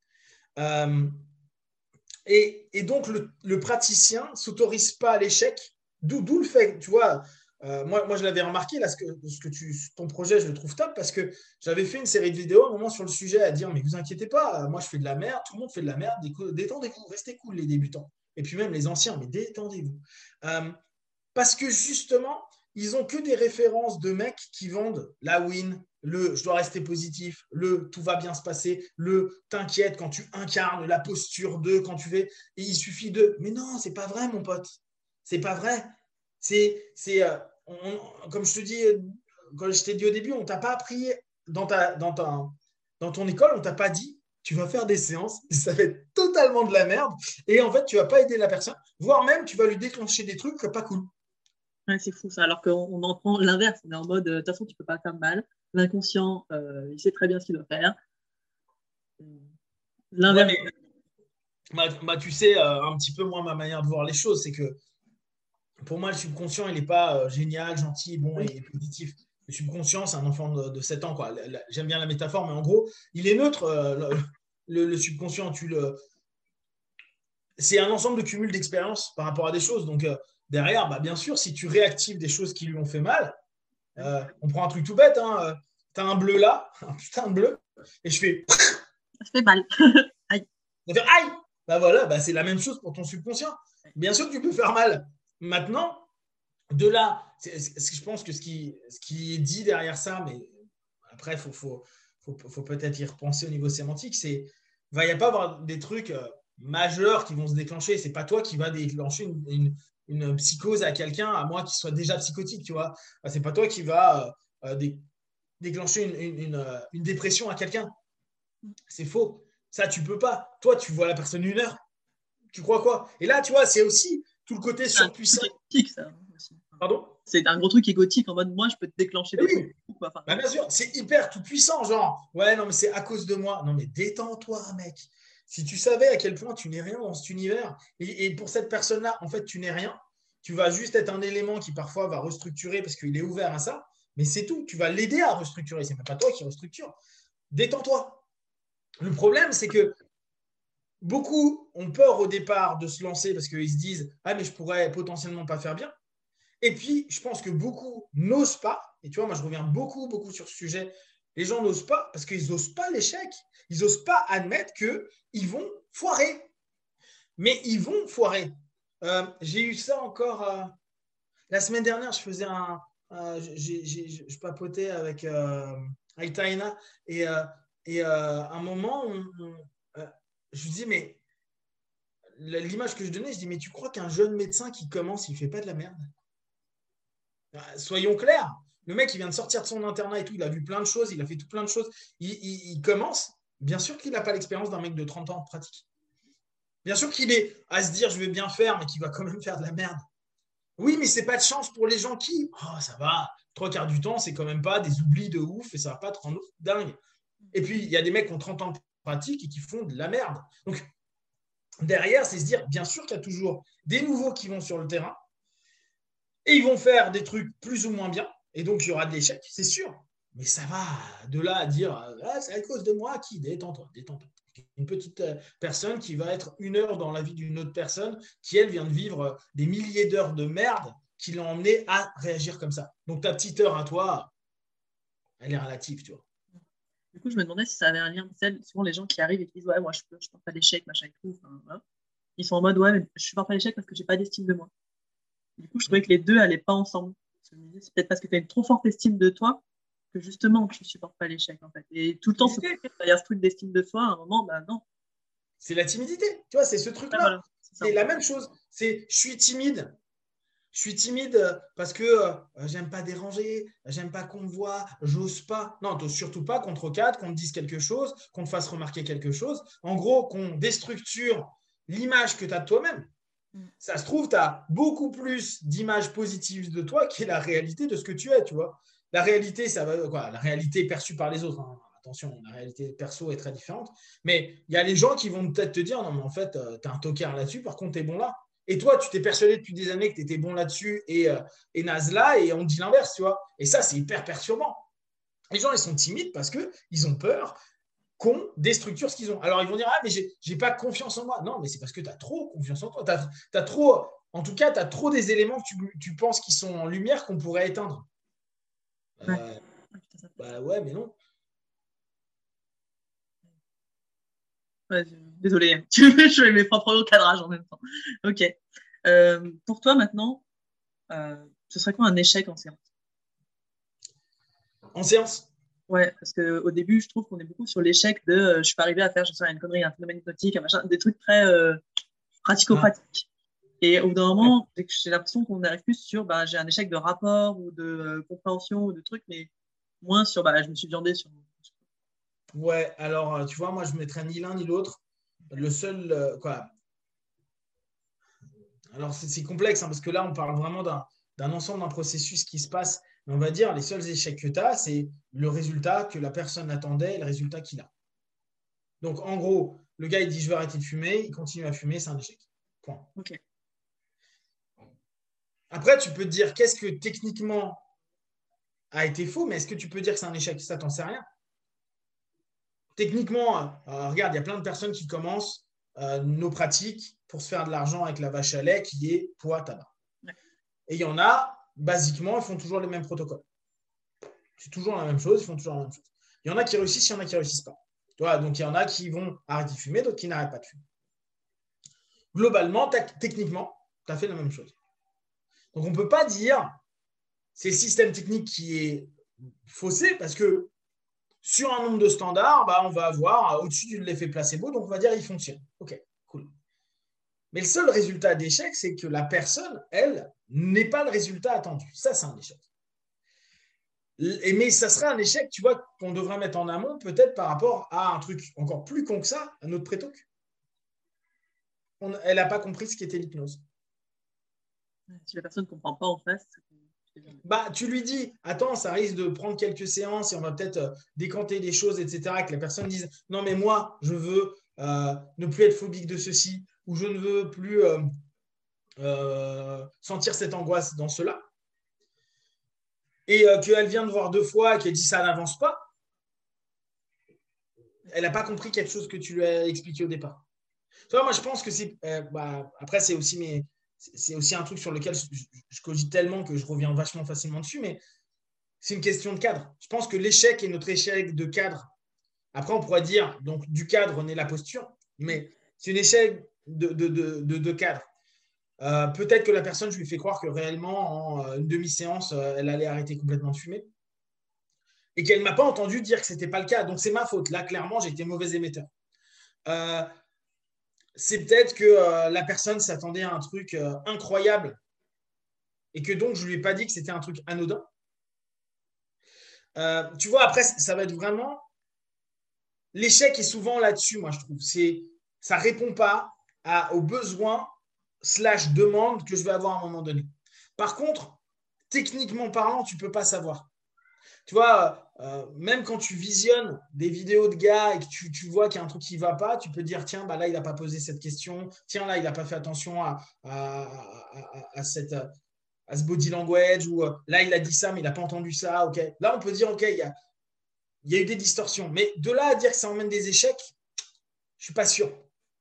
Et donc, le praticien ne s'autorise pas à l'échec, d'où le fait, tu vois, moi, je l'avais remarqué, là, ton projet, je le trouve top, parce que j'avais fait une série de vidéos à un moment sur le sujet à dire, mais vous inquiétez pas, moi, je fais de la merde, tout le monde fait de la merde, détendez-vous, restez cool, les débutants. Et puis même les anciens, mais détendez-vous. Parce que justement, ils n'ont que des références de mecs qui vendent la win, le je dois rester positif, le tout va bien se passer, le t'inquiète quand tu incarnes la posture de quand tu fais, et il suffit de. Mais non, c'est pas vrai, mon pote. C'est pas vrai. Comme je te dis, quand je t'ai dit au début, on t'a pas appris dans ton école, on t'a pas dit tu vas faire des séances, ça va être totalement de la merde, et en fait, tu vas pas aider la personne, voire même tu vas lui déclencher des trucs pas cool. Ouais, c'est fou ça, alors qu'on en prend l'inverse, on est en mode de toute façon tu peux pas faire mal, l'inconscient il sait très bien ce qu'il doit faire. L'inverse. Ouais, tu sais, un petit peu moi ma manière de voir les choses, c'est que pour moi le subconscient il n'est pas génial, gentil, bon et positif. Le subconscient c'est un enfant de 7 ans, quoi. J'aime bien la métaphore, mais en gros il est neutre, le subconscient, c'est un ensemble de cumul d'expériences par rapport à des choses, donc derrière, bah, bien sûr, si tu réactives des choses qui lui ont fait mal, on prend un truc tout bête, hein, tu as un bleu là, un putain de bleu, et je fais. Ça fait mal. Aïe. Ça fait aïe. Bah voilà, bah c'est la même chose pour ton subconscient. Bien sûr que tu peux faire mal. Maintenant, de là, je pense que ce qui est dit derrière ça, mais après, il faut peut-être y repenser au niveau sémantique, c'est il va y pas avoir des trucs majeurs qui vont se déclencher. C'est pas toi qui va déclencher une psychose à quelqu'un, à moins qu'il soit déjà psychotique, tu vois. C'est pas toi qui va déclencher une dépression à quelqu'un. C'est faux. Ça, tu peux pas. Toi, tu vois la personne 1 heure. Tu crois quoi? Et là, tu vois, c'est aussi tout le côté surpuissant. C'est égotique, ça. Aussi. Pardon? C'est un gros truc égotique en mode moi, je peux te déclencher des trucs. Bah, bien sûr, c'est hyper tout puissant, genre. Ouais, non, mais c'est à cause de moi. Non, mais détends-toi, mec. Si tu savais à quel point tu n'es rien dans cet univers, et pour cette personne-là, en fait, tu n'es rien, tu vas juste être un élément qui parfois va restructurer parce qu'il est ouvert à ça, mais c'est tout. Tu vas l'aider à restructurer. C'est même pas toi qui restructure. Détends-toi. Le problème, c'est que beaucoup ont peur au départ de se lancer parce qu'ils se disent « Ah, mais je pourrais potentiellement pas faire bien ». Et puis, je pense que beaucoup n'osent pas. Et tu vois, moi, je reviens beaucoup sur ce sujet. Les gens n'osent pas parce qu'ils n'osent pas l'échec. Ils n'osent pas admettre qu'ils vont foirer. Mais ils vont foirer. J'ai eu ça encore la semaine dernière. Je faisais je papotais avec Taina et un moment, je lui dis, mais l'image que je donnais, je dis, mais tu crois qu'un jeune médecin qui commence, il ne fait pas de la merde? Soyons clairs, le mec, il vient de sortir de son internat et tout, il a vu plein de choses, il a fait tout plein de choses, il commence, bien sûr qu'il n'a pas l'expérience d'un mec de 30 ans de pratique. Bien sûr qu'il est à se dire, je vais bien faire, mais qu'il va quand même faire de la merde. Oui, mais c'est pas de chance pour les gens qui, oh, ça va, trois quarts du temps, c'est quand même pas des oublis de ouf et ça va pas te rendre dingue. Et puis, il y a des mecs qui ont 30 ans de pratique et qui font de la merde. Donc, derrière, c'est se dire, bien sûr qu'il y a toujours des nouveaux qui vont sur le terrain et ils vont faire des trucs plus ou moins bien. Et donc, il y aura de l'échec, c'est sûr. Mais ça va de là à dire, ah, c'est à cause de moi qui détends-toi, détends-toi. Une petite personne qui va être 1 heure dans la vie d'une autre personne qui, elle, vient de vivre des milliers d'heures de merde qui l'ont emmené à réagir comme ça. Donc, ta petite heure à toi, elle est relative, tu vois. Du coup, je me demandais si ça avait un lien. Souvent, les gens qui arrivent et qui disent ouais, moi, je porte pas d'échec, machin et tout. Enfin, voilà. Ils sont en mode ouais, mais je supporte pas l'échec parce que j'ai pas d'estime de moi. Du coup, je trouvais que les deux allaient pas ensemble. Je me disais, c'est peut-être parce que tu as une trop forte estime de toi que justement, tu supportes pas l'échec, en fait. Et tout le temps, il y a ce truc d'estime de soi, à un moment, bah non. C'est la timidité, tu vois, c'est ce Ouais, truc-là. voilà, c'est la même chose. C'est je suis timide. Je suis timide parce que j'aime pas déranger, j'aime pas qu'on me voit, j'ose pas. Non, surtout pas qu'on te recadre, qu'on te dise quelque chose, qu'on te fasse remarquer quelque chose. En gros, qu'on déstructure l'image que tu as de toi-même. Ça se trouve, tu as beaucoup plus d'images positives de toi qui est la réalité de ce que tu es, tu vois. La réalité, ça va quoi? La réalité perçue par les autres. Hein. Attention, la réalité perso est très différente. Mais il y a les gens qui vont peut-être te dire non, mais en fait, tu es un tocard là-dessus, par contre, tu es bon là. Et toi, tu t'es persuadé depuis des années que tu étais bon là-dessus et naze là, et on dit l'inverse, tu vois. Et ça, c'est hyper perturbant. Les gens, ils sont timides parce qu'ils ont peur qu'on déstructure ce qu'ils ont. Alors, ils vont dire ah, mais j'ai pas confiance en moi. Non, mais c'est parce que tu as trop confiance en toi. T'as trop, en tout cas, tu as trop des éléments que tu penses qui sont en lumière qu'on pourrait éteindre. Ouais. Bah ouais, mais non. Ouais, désolée, je fais mes propres cadrages en même temps. Ok. Pour toi maintenant, ce serait quoi un échec en séance? En séance. Ouais, parce qu'au début, je trouve qu'on est beaucoup sur l'échec de je suis pas arrivé à faire, je sais, une connerie, un phénomène hypnotique, un machin, des trucs très pratico-pratiques. Et au bout d'un moment, j'ai l'impression qu'on arrive plus sur bah, j'ai un échec de rapport ou de compréhension ou de trucs, mais moins sur bah, je me suis viandé sur. Ouais, alors tu vois, moi je ne mettrais ni l'un ni l'autre. Le seul, quoi. Alors c'est complexe hein, parce que là on parle vraiment d'un ensemble, d'un processus qui se passe. Mais on va dire les seuls échecs que tu as, c'est le résultat que la personne attendait et le résultat qu'il a. Donc en gros, le gars il dit je vais arrêter de fumer, il continue à fumer, c'est un échec. Point. Ok. Après, tu peux te dire qu'est-ce que techniquement a été faux, mais est-ce que tu peux dire que c'est un échec? Ça, t'en sais rien. Techniquement, regarde, il y a plein de personnes qui commencent nos pratiques pour se faire de l'argent avec la vache à lait qui est poids, tabac. Ouais. Et il y en a, basiquement, ils font toujours les mêmes protocoles. C'est toujours la même chose, ils font toujours la même chose. Il y en a qui réussissent, il y en a qui ne réussissent pas. Voilà, donc il y en a qui vont arrêter de fumer, d'autres qui n'arrêtent pas de fumer. Globalement, techniquement, tu as fait la même chose. Donc on ne peut pas dire c'est le système technique qui est faussé parce que sur un nombre de standards, bah, on va avoir au-dessus de l'effet placebo, donc on va dire il fonctionne. Ok, cool. Mais le seul résultat d'échec, c'est que la personne, elle, n'est pas le résultat attendu. Ça, c'est un échec. Mais ça serait un échec, tu vois, qu'on devrait mettre en amont, peut-être par rapport à un truc encore plus con que ça, à notre prétoc. Elle n'a pas compris ce qu'était l'hypnose. Si la personne ne comprend pas en face, bah, tu lui dis, attends, ça risque de prendre quelques séances et on va peut-être décanter des choses, etc. Que la personne dise, non, mais moi, je veux ne plus être phobique de ceci ou je ne veux plus sentir cette angoisse dans cela. Et qu'elle vient de voir 2 fois et qu'elle dit ça n'avance pas, elle n'a pas compris quelque chose que tu lui as expliqué au départ. Tu vois, moi, je pense que c'est. Après, c'est aussi un truc sur lequel je cogite tellement que je reviens vachement facilement dessus, mais c'est une question de cadre. Je pense que l'échec est notre échec de cadre. Après, on pourrait dire, donc, du cadre naît la posture, mais c'est une échec de cadre. Peut-être que la personne, je lui fais croire que réellement, en une demi-séance, elle allait arrêter complètement de fumer et qu'elle ne m'a pas entendu dire que ce n'était pas le cas. Donc, c'est ma faute. Là, clairement, j'ai été mauvais émetteur. C'est peut-être que la personne s'attendait à un truc incroyable et que donc, je ne lui ai pas dit que c'était un truc anodin. Tu vois, après, ça va être vraiment... L'échec est souvent là-dessus, moi, je trouve. Ça ne répond pas aux besoins /demandes que je vais avoir à un moment donné. Par contre, techniquement parlant, tu ne peux pas savoir. Tu vois, même quand tu visionnes des vidéos de gars et que tu vois qu'il y a un truc qui ne va pas, tu peux dire, tiens, bah là, il n'a pas posé cette question. Tiens, là, il n'a pas fait attention à ce body language. Ou là, il a dit ça, mais il n'a pas entendu ça. Okay. Là, on peut dire, OK, il y a eu des distorsions. Mais de là à dire que ça emmène des échecs, je ne suis pas sûr.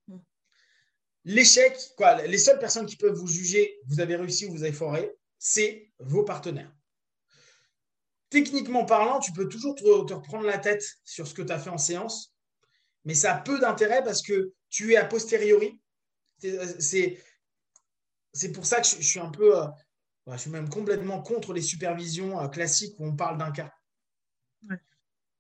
L'échec, les seules personnes qui peuvent vous juger, vous avez réussi ou vous avez foiré, c'est vos partenaires. Techniquement parlant, tu peux toujours te reprendre la tête sur ce que tu as fait en séance, mais ça a peu d'intérêt parce que tu es a posteriori. C'est pour ça que je suis un peu, je suis même complètement contre les supervisions classiques où on parle d'un cas. Ouais. Pourquoi ?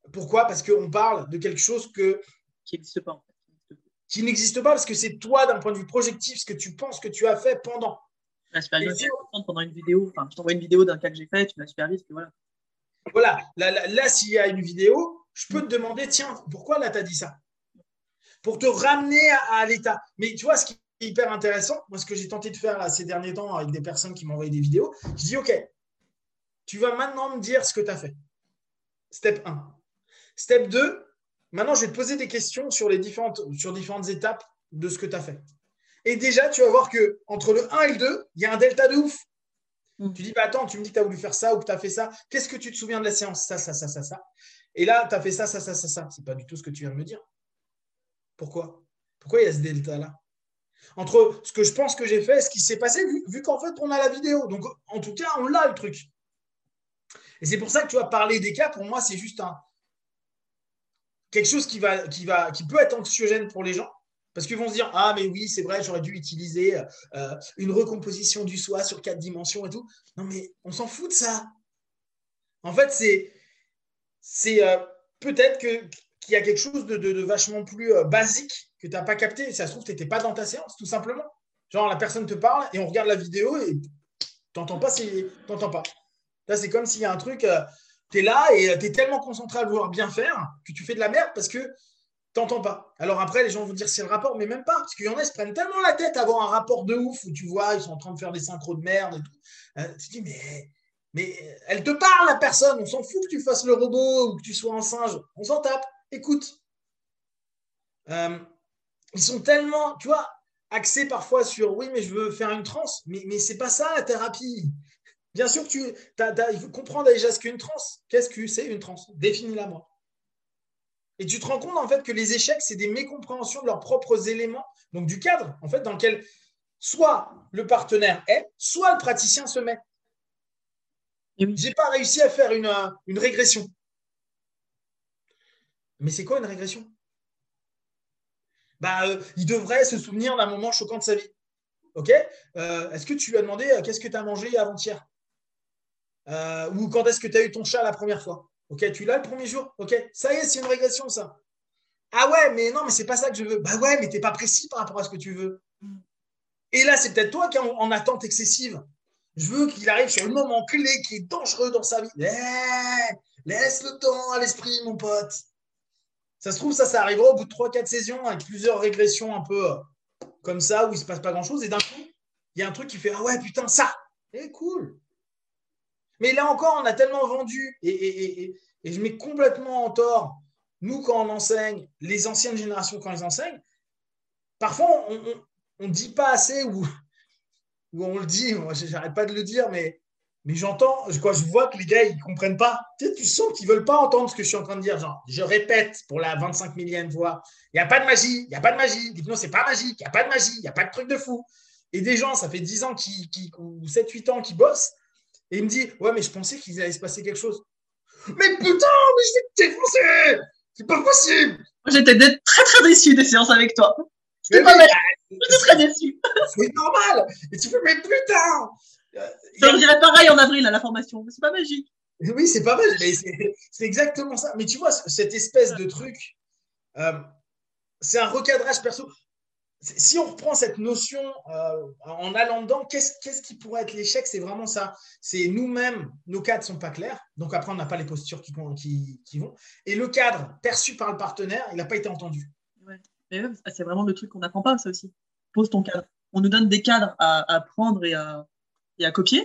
Parce qu'on parle de quelque chose qui n'existe pas. Qui n'existe pas parce que c'est toi, d'un point de vue projectif, ce que tu penses que tu as fait pendant. La supervision, pendant une vidéo, je t'envoie une vidéo d'un cas que j'ai fait, tu la supervises, puis voilà. Voilà, là s'il y a une vidéo, je peux te demander, tiens, pourquoi là tu as dit ça ? Pour te ramener à l'état. Mais tu vois, ce qui est hyper intéressant, moi ce que j'ai tenté de faire là, ces derniers temps avec des personnes qui m'envoyaient des vidéos, je dis, OK, tu vas maintenant me dire ce que tu as fait. Step 1. Step 2, maintenant je vais te poser des questions sur différentes étapes de ce que tu as fait. Et déjà, tu vas voir qu'entre le 1 et le 2, il y a un delta de ouf. Tu dis, bah attends, tu me dis que tu as voulu faire ça ou que tu as fait ça. Qu'est-ce que tu te souviens de la séance ? Ça. Et là, tu as fait ça. C'est pas du tout ce que tu viens de me dire. Pourquoi il y a ce delta-là ? Entre ce que je pense que j'ai fait et ce qui s'est passé, vu qu'en fait, on a la vidéo. Donc, en tout cas, on l'a le truc. Et c'est pour ça que tu vas parler des cas. Pour moi, c'est juste quelque chose qui peut être anxiogène pour les gens. Parce qu'ils vont se dire, ah, mais oui, c'est vrai, j'aurais dû utiliser une recomposition du soi sur 4 dimensions et tout. Non, mais on s'en fout de ça. En fait, c'est peut-être qu'il y a quelque chose de vachement plus basique que tu n'as pas capté. Ça se trouve, tu n'étais pas dans ta séance, tout simplement. Genre, la personne te parle et on regarde la vidéo et tu n'entends pas. Là, c'est comme s'il y a un truc, tu es là et tu es tellement concentré à vouloir bien faire que tu fais de la merde parce que t'entends pas. Alors après, les gens vont dire c'est le rapport, mais même pas. Parce qu'il y en a, ils se prennent tellement la tête à avoir un rapport de ouf où tu vois, ils sont en train de faire des synchros de merde et tout. Tu te dis, mais elle te parle, la personne. On s'en fout que tu fasses le robot ou que tu sois un singe. On s'en tape. Écoute. Ils sont tellement, tu vois, axés parfois sur oui, mais je veux faire une transe. Mais c'est pas ça la thérapie. Bien sûr que il faut comprendre déjà ce qu'est une transe. Qu'est-ce que c'est une transe ? Définis-la moi. Et tu te rends compte en fait que les échecs, c'est des mécompréhensions de leurs propres éléments, donc du cadre en fait dans lequel soit le partenaire est, soit le praticien se met. Oui. J'ai pas réussi à faire une régression. Mais c'est quoi une régression ? Il devrait se souvenir d'un moment choquant de sa vie. Ok ? Est-ce que tu lui as demandé qu'est-ce que tu as mangé avant-hier ? Ou quand est-ce que tu as eu ton chat la première fois ? Ok, tu l'as le premier jour ? Ok, ça y est, c'est une régression ça. Ah ouais, mais non, mais c'est pas ça que je veux. Bah ouais, mais t'es pas précis par rapport à ce que tu veux. Et là, c'est peut-être toi qui es en attente excessive. Je veux qu'il arrive sur le moment clé qui est dangereux dans sa vie. Laisse le temps à l'esprit, mon pote. Ça se trouve, ça arrivera au bout de 3-4 saisons avec plusieurs régressions un peu comme ça où il se passe pas grand-chose. Et d'un coup, il y a un truc qui fait ah ouais, putain, ça. Et cool. Mais là encore, on a tellement vendu et je mets complètement en tort. Nous, quand on enseigne, les anciennes générations, quand elles enseignent, parfois, on ne dit pas assez ou on le dit, moi, j'arrête pas de le dire, mais j'entends, je vois que les gars, ils ne comprennent pas. Tu sens qu'ils ne veulent pas entendre ce que je suis en train de dire. Genre, je répète pour la 25 millième fois, il n'y a pas de magie, il n'y a pas de magie. Dites-nous, c'est pas magique, il n'y a pas de magie, il n'y a pas de truc de fou. Et des gens, ça fait 10 ans ou 7-8 ans qu'ils bossent, et ils me disent, ouais, mais je pensais qu'il allait se passer quelque chose. Mais putain, mais je t'ai défoncé. C'est pas possible. J'étais très très déçu des séances avec toi. C'était pas mal. J'étais très déçu. C'est normal. Et tu fais, mais putain. Ça me dirait pareil en avril à la formation. Mais c'est pas magique. Oui, c'est pas magique. Mais c'est exactement ça. Mais tu vois, cette espèce de truc, c'est un recadrage perso. Si on reprend cette notion en allant dedans, qu'est-ce qui pourrait être l'échec ? C'est vraiment ça. C'est nous-mêmes, nos cadres ne sont pas clairs. Donc après, on n'a pas les postures qui vont. Et le cadre perçu par le partenaire, il n'a pas été entendu. Ouais. Mais même, c'est vraiment le truc qu'on n'apprend pas, ça aussi. Pose ton cadre. On nous donne des cadres à prendre et à copier.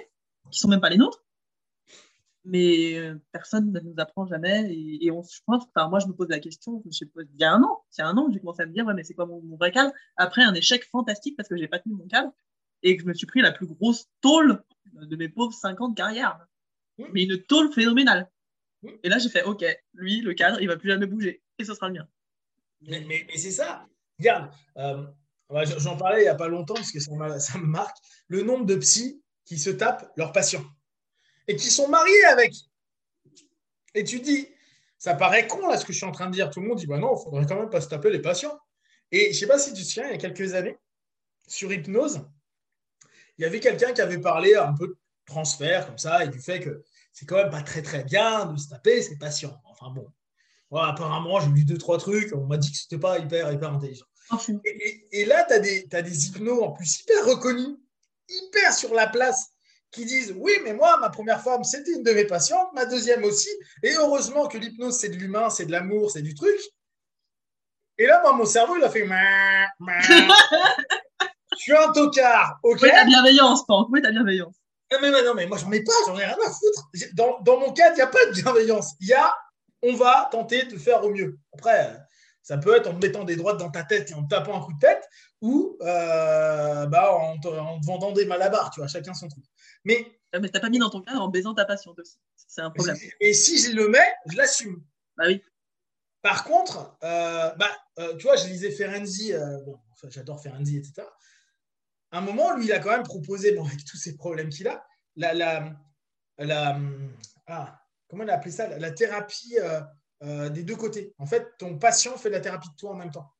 qui sont même pas les nôtres. Mais personne ne nous apprend jamais. Et je pense, moi, je me pose la question, je sais pas, il y a un an, c'est un an que j'ai commencé à me dire, ouais, mais c'est quoi mon vrai cadre? Après un échec fantastique parce que j'ai pas tenu mon cadre et que je me suis pris la plus grosse tôle de mes pauvres 5 ans de carrière. Mais une tôle phénoménale. Et là, j'ai fait, OK, lui, le cadre, il va plus jamais bouger. Et ce sera le mien. Mais c'est ça. Regarde, j'en parlais il n'y a pas longtemps parce que ça me marque. Le nombre de psys qui se tapent leurs patients et qui sont mariés avec. Et tu dis, ça paraît con là ce que je suis en train de dire. Tout le monde dit, bah non, il faudrait quand même pas se taper les patients. Et je ne sais pas si tu te souviens, il y a quelques années, sur Hypnose, il y avait quelqu'un qui avait parlé un peu de transfert comme ça et du fait que c'est quand même pas très très bien de se taper ses patients. Enfin bon, ouais, apparemment, j'ai lu 2-3 trucs, on m'a dit que c'était pas hyper intelligent. Et là, tu as des hypnos en plus hyper reconnus, hyper sur la place, qui disent oui, mais moi, ma première femme, c'était une de mes patientes, ma deuxième aussi, et heureusement que l'hypnose, c'est de l'humain, c'est de l'amour, c'est du truc. Et là, moi, mon cerveau, il a fait je suis un tocard, ok? Oui, ta bienveillance, Pank, oui, ta bienveillance. Non, mais moi, j'en ai pas, j'en ai rien à foutre. Dans mon cas, il n'y a pas de bienveillance. Il y a on va tenter de faire au mieux. Après, ça peut être en te mettant des droites dans ta tête et en te tapant un coup de tête ou en te vendant des malabars, tu vois, chacun son truc. Mais tu n'as pas mis dans ton cadre en baisant ta patiente aussi. C'est un problème. Et si je le mets, je l'assume. Bah oui. Par contre, tu vois, je lisais Ferenczi, j'adore Ferenczi, etc. À un moment, lui, il a quand même proposé, avec tous ces problèmes qu'il a, comment on a appelé ça? La thérapie des deux côtés. En fait, ton patient fait la thérapie de toi en même temps.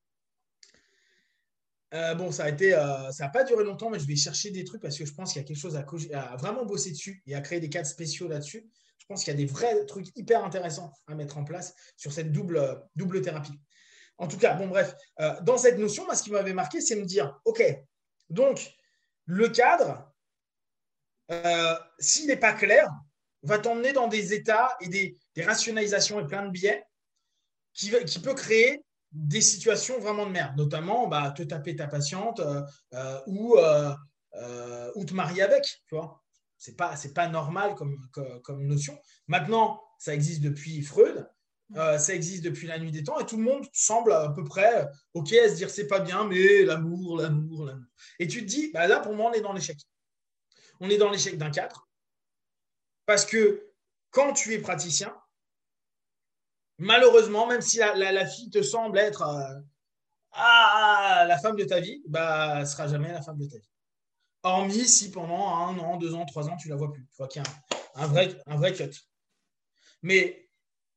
Ça n'a pas duré longtemps, mais je vais chercher des trucs parce que je pense qu'il y a quelque chose à vraiment bosser dessus et à créer des cadres spéciaux là-dessus. Je pense qu'il y a des vrais trucs hyper intéressants à mettre en place sur cette double thérapie. En tout cas, bref, dans cette notion, moi, ce qui m'avait marqué, c'est me dire, OK, donc, le cadre, s'il n'est pas clair, va t'emmener dans des états et des rationalisations et plein de biais qui peut créer des situations vraiment de merde, notamment te taper ta patiente ou te marier avec, tu vois. C'est pas normal comme notion. Maintenant, ça existe depuis Freud, ça existe depuis la nuit des temps et tout le monde semble à peu près OK à se dire c'est pas bien, mais l'amour. Et tu te dis, là pour moi on est dans l'échec. On est dans l'échec d'un cadre parce que quand tu es praticien, malheureusement, même si la fille te semble être la femme de ta vie, elle ne sera jamais la femme de ta vie. Hormis si pendant 1 an, 2 ans, 3 ans, tu ne la vois plus. Tu vois qu'il y a un vrai cut. Mais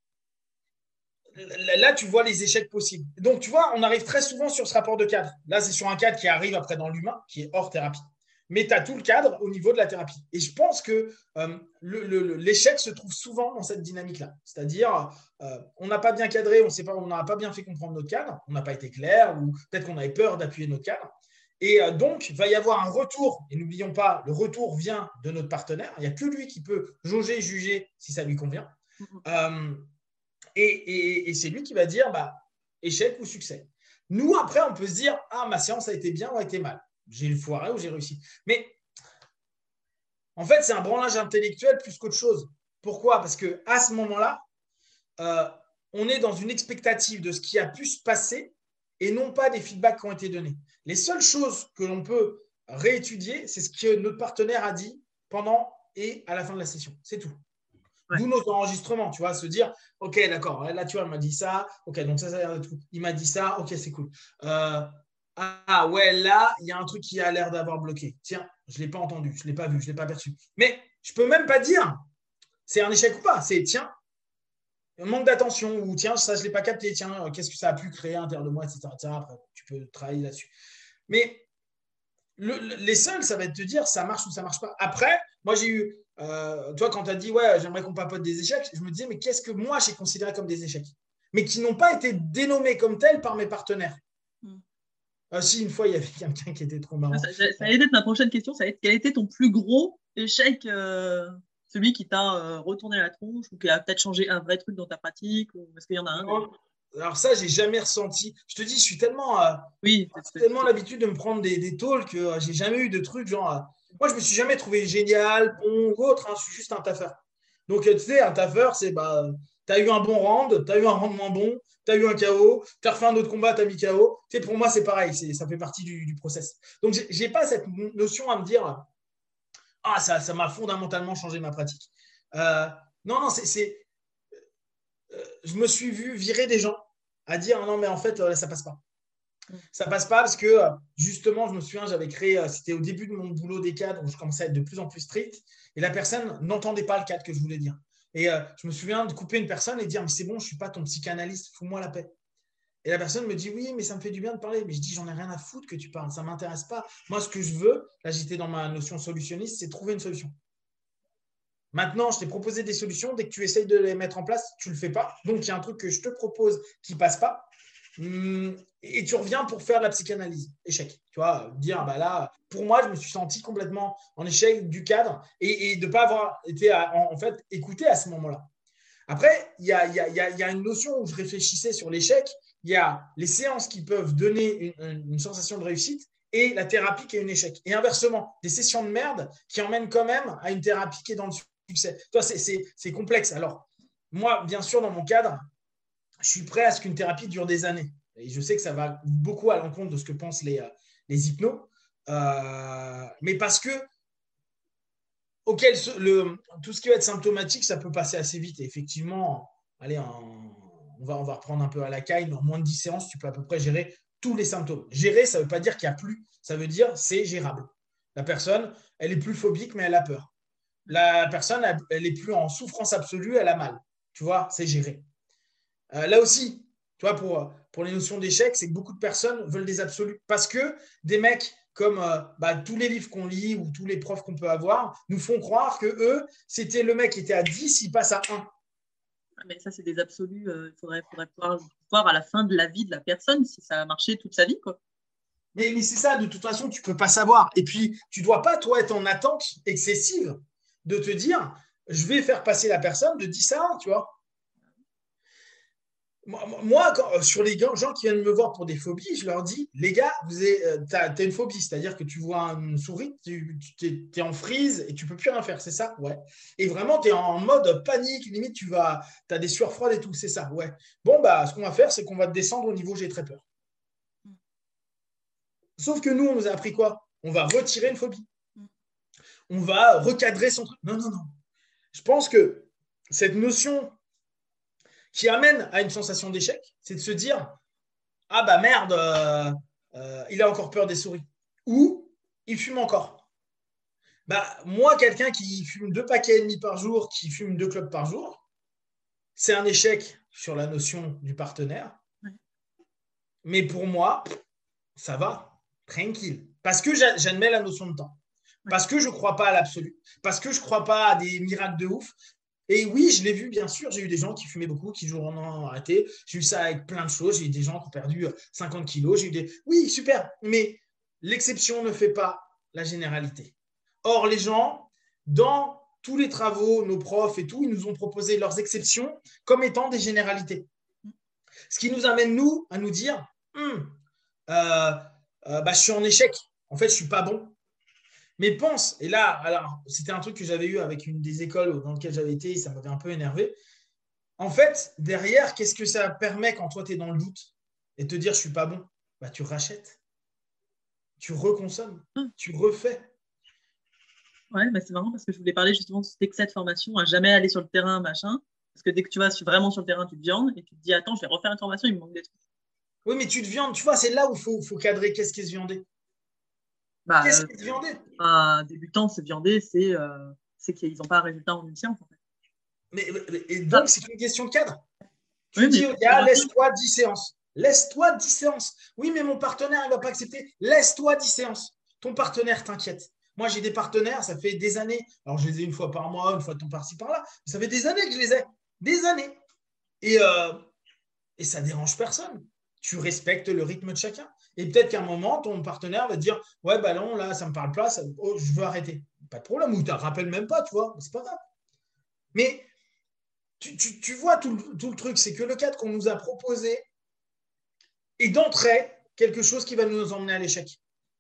là, tu vois les échecs possibles. Donc, tu vois, on arrive très souvent sur ce rapport de cadre. Là, c'est sur un cadre qui arrive après dans l'humain, qui est hors thérapie. Mais tu as tout le cadre au niveau de la thérapie. Et je pense que l'échec se trouve souvent dans cette dynamique-là. C'est-à-dire, on n'a pas bien cadré, on n'a pas bien fait comprendre notre cadre, on n'a pas été clair, ou peut-être qu'on avait peur d'appuyer notre cadre. Et donc, il va y avoir un retour. Et n'oublions pas, le retour vient de notre partenaire. Il n'y a que lui qui peut jauger, juger si ça lui convient. Et c'est lui qui va dire échec ou succès. Nous, après, on peut se dire ma séance a été bien ou a été mal. J'ai foiré ou j'ai réussi. Mais en fait, c'est un branlage intellectuel plus qu'autre chose. Pourquoi? Parce qu'à ce moment-là, on est dans une expectative de ce qui a pu se passer et non pas des feedbacks qui ont été donnés. Les seules choses que l'on peut réétudier, c'est ce que notre partenaire a dit pendant et à la fin de la session. C'est tout. Ouais. D'où nos enregistrements, tu vois, se dire, OK, d'accord, là, tu vois, il m'a dit ça, OK, donc ça a l'air de tout. Il m'a dit ça, OK, c'est cool. Ouais, là, il y a un truc qui a l'air d'avoir bloqué. Tiens, je ne l'ai pas entendu, je ne l'ai pas vu, je ne l'ai pas perçu. Mais je ne peux même pas dire c'est un échec ou pas. C'est, tiens, un manque d'attention, ou tiens, ça, je ne l'ai pas capté, tiens, qu'est-ce que ça a pu créer à l'intérieur de moi, etc. Après, tu peux travailler là-dessus. Mais les seuls, ça va être te dire, ça marche ou ça ne marche pas. Après, moi, j'ai eu, toi, quand tu as dit, ouais, j'aimerais qu'on papote des échecs, je me disais, mais qu'est-ce que moi, j'ai considéré comme des échecs, mais qui n'ont pas été dénommés comme tels par mes partenaires. Si une fois il y avait quelqu'un qui était trop marrant. Ça allait être ma prochaine question. Ça allait être, quel était ton plus gros échec, celui qui t'a retourné la tronche ou qui a peut-être changé un vrai truc dans ta pratique, ou est-ce qu'il y en a un? Alors ça, j'ai jamais ressenti. Je te dis, je suis tellement, tellement l'habitude de me prendre des tôles que j'ai jamais eu de trucs genre Moi, je ne me suis jamais trouvé génial, bon ou autre. Hein, je suis juste un taffeur. Donc, tu sais, un taffeur, c'est tu as eu un bon round, tu as eu un round moins bon, tu as eu un KO, tu as refait un autre combat, tu as mis KO. Tu sais, pour moi, c'est pareil, ça fait partie du process. Donc, je n'ai pas cette notion à me dire, ah, ça m'a fondamentalement changé ma pratique. Non, non, je me suis vu virer des gens à dire, non, mais en fait, ça passe pas. Ça passe pas parce que justement, je me souviens, j'avais créé, c'était au début de mon boulot des cadres où je commençais à être de plus en plus strict et la personne n'entendait pas le cadre que je voulais dire. Et je me souviens de couper une personne et dire, mais c'est bon, je ne suis pas ton psychanalyste, fous-moi la paix. Et la personne me dit, oui, mais ça me fait du bien de parler. Mais je dis, j'en ai rien à foutre que tu parles, ça ne m'intéresse pas. Moi, ce que je veux, là, j'étais dans ma notion solutionniste, c'est trouver une solution. Maintenant, je t'ai proposé des solutions. Dès que tu essayes de les mettre en place, tu ne le fais pas. Donc, il y a un truc que je te propose qui ne passe pas. Et tu reviens pour faire de la psychanalyse. Échec. Tu vois, dire, bah là, pour moi, je me suis senti complètement en échec du cadre et de ne pas avoir été en fait écouté à ce moment-là. Après, il y a une notion où je réfléchissais sur l'échec. Il y a les séances qui peuvent donner une sensation de réussite et la thérapie qui est un échec. Et inversement, des sessions de merde qui emmènent quand même à une thérapie qui est dans le succès. Toi, c'est complexe. Alors, moi, bien sûr, dans mon cadre, je suis prêt à ce qu'une thérapie dure des années. Et je sais que ça va beaucoup à l'encontre de ce que pensent les hypnos. Mais parce que tout ce qui va être symptomatique, ça peut passer assez vite. Et effectivement, allez, on va reprendre un peu à la caille, mais en moins de 10 séances, tu peux à peu près gérer tous les symptômes. Gérer, ça ne veut pas dire qu'il n'y a plus. Ça veut dire c'est gérable. La personne, elle est plus phobique, mais elle a peur. La personne, elle est plus en souffrance absolue, elle a mal. Tu vois, c'est géré. Là aussi, tu vois, pour les notions d'échec, c'est que beaucoup de personnes veulent des absolus. Parce que des mecs comme tous les livres qu'on lit ou tous les profs qu'on peut avoir nous font croire que eux, c'était le mec qui était à 10, il passe à 1. Mais ça, c'est des absolus. Il faudrait pouvoir voir à la fin de la vie de la personne si ça a marché toute sa vie, quoi. Mais c'est ça, de toute façon, tu ne peux pas savoir. Et puis, tu ne dois pas, toi, être en attente excessive de te dire, je vais faire passer la personne de 10 à 1, tu vois. Moi, sur les gens qui viennent me voir pour des phobies, je leur dis, les gars, tu as une phobie, c'est-à-dire que tu vois une souris, tu es en freeze et tu ne peux plus rien faire, c'est ça? Ouais. Et vraiment, tu es en mode panique, limite, tu as des sueurs froides et tout, c'est ça? Ouais. Bon, ce qu'on va faire, c'est qu'on va te descendre au niveau j'ai très peur. Sauf que nous, on nous a appris quoi? On va retirer une phobie. On va recadrer son truc. Non, non, non. Je pense que cette notion qui amène à une sensation d'échec, c'est de se dire ah bah merde, il a encore peur des souris. Ou il fume encore. Moi, quelqu'un qui fume 2 paquets et demi par jour, qui fume 2 clopes par jour, c'est un échec sur la notion du partenaire. Ouais. Mais pour moi, ça va, tranquille. Parce que j'admets la notion de temps. Ouais. Parce que je ne crois pas à l'absolu. Parce que je ne crois pas à des miracles de ouf. Et oui, je l'ai vu, bien sûr. J'ai eu des gens qui fumaient beaucoup, qui du jour au lendemain ont arrêté. J'ai eu ça avec plein de choses. J'ai eu des gens qui ont perdu 50 kilos. Oui, super. Mais l'exception ne fait pas la généralité. Or, les gens, dans tous les travaux, nos profs et tout, ils nous ont proposé leurs exceptions comme étant des généralités. Ce qui nous amène, nous, à nous dire je suis en échec. En fait, je ne suis pas bon. Mais pense, et là, alors, c'était un truc que j'avais eu avec une des écoles dans lesquelles j'avais été, et ça m'avait un peu énervé. En fait, derrière, qu'est-ce que ça permet quand toi, tu es dans le doute et te dire je ne suis pas bon? Tu rachètes, tu reconsommes, tu refais. Ouais, c'est marrant parce que je voulais parler justement de cet excès de formation à jamais aller sur le terrain, machin. Parce que dès que tu vas vraiment sur le terrain, tu te viandes et tu te dis attends, je vais refaire une formation, il me manque des trucs. Oui, mais tu te viandes, tu vois, c'est là où il faut cadrer qu'est-ce qui est se viander. Qu'est-ce qui est se viander? Un débutant, se viander, c'est qu'ils n'ont pas un résultat en une séance. En fait. Et donc, c'est une question de cadre. Tu dis au gars, laisse-toi 10 séances. Laisse-toi 10 séances. Oui, mais mon partenaire, il ne va pas accepter. Laisse-toi 10 séances. Ton partenaire t'inquiète. Moi, j'ai des partenaires, ça fait des années. Alors, je les ai une fois par mois, une fois de temps par-ci, par-là. Mais ça fait des années que je les ai. Des années. Et ça ne dérange personne. Tu respectes le rythme de chacun. Et peut-être qu'à un moment, ton partenaire va te dire ouais, non, là, ça ne me parle pas, je veux arrêter. Pas de problème. Ou tu ne te rappelles même pas, tu vois. C'est pas grave. Mais tu vois tout le truc, c'est que le cadre qu'on nous a proposé est d'entrée quelque chose qui va nous emmener à l'échec.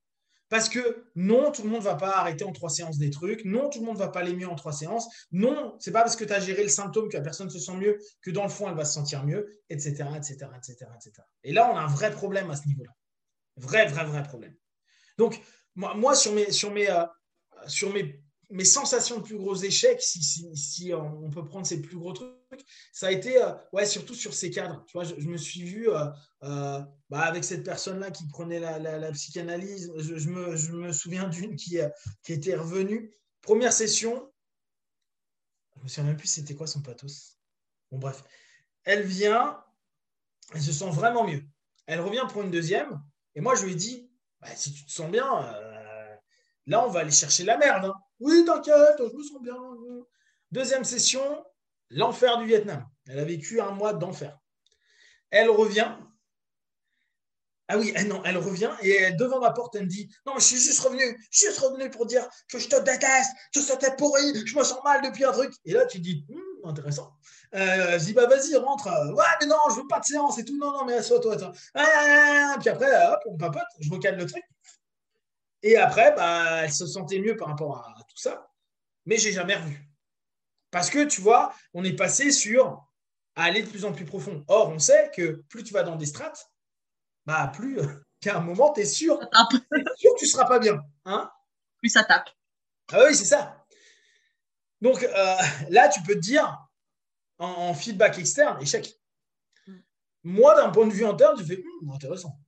Parce que non, tout le monde ne va pas arrêter en 3 séances des trucs. Non, tout le monde ne va pas aller mieux en 3 séances. Non, c'est pas parce que tu as géré le symptôme que la personne se sent mieux que dans le fond, elle va se sentir mieux, etc., etc., etc., etc. Et là, on a un vrai problème à ce niveau-là. Vrai problème. Donc, moi sur mes sensations de plus gros échecs, si on peut prendre ces plus gros trucs, ça a été surtout sur ces cadres. Tu vois, je me suis vu avec cette personne-là qui prenait la psychanalyse. Je me souviens d'une qui était revenue. Première session, je me souviens même plus c'était quoi son pathos. Bon, bref. Elle vient, elle se sent vraiment mieux. Elle revient pour une deuxième, et moi, je lui ai dit, si tu te sens bien, là, on va aller chercher la merde. Hein. Oui, t'inquiète, je me sens bien. Deuxième session, l'enfer du Vietnam. Elle a vécu un mois d'enfer. Elle revient. Ah oui, non, elle revient et devant ma porte, elle me dit non, je suis juste revenu pour dire que je te déteste, que ça t'est pourri, je me sens mal depuis un truc. Et là, tu dis intéressant. Je dis vas-y, rentre. Ouais, mais non, je veux pas de séance et tout. Non, mais assois-toi. Puis après, hop, on papote, je recale le truc. Et après, elle se sentait mieux par rapport à tout ça, mais j'ai jamais revu. Parce que tu vois, on est passé sur aller de plus en plus profond. Or, on sait que plus tu vas dans des strates, plus qu'à un moment, tu es sûr que tu ne seras pas bien. Hein, plus ça tape. Ah oui, c'est ça. Donc là, tu peux te dire, en feedback externe, échec. Moi, d'un point de vue interne, je fais intéressant.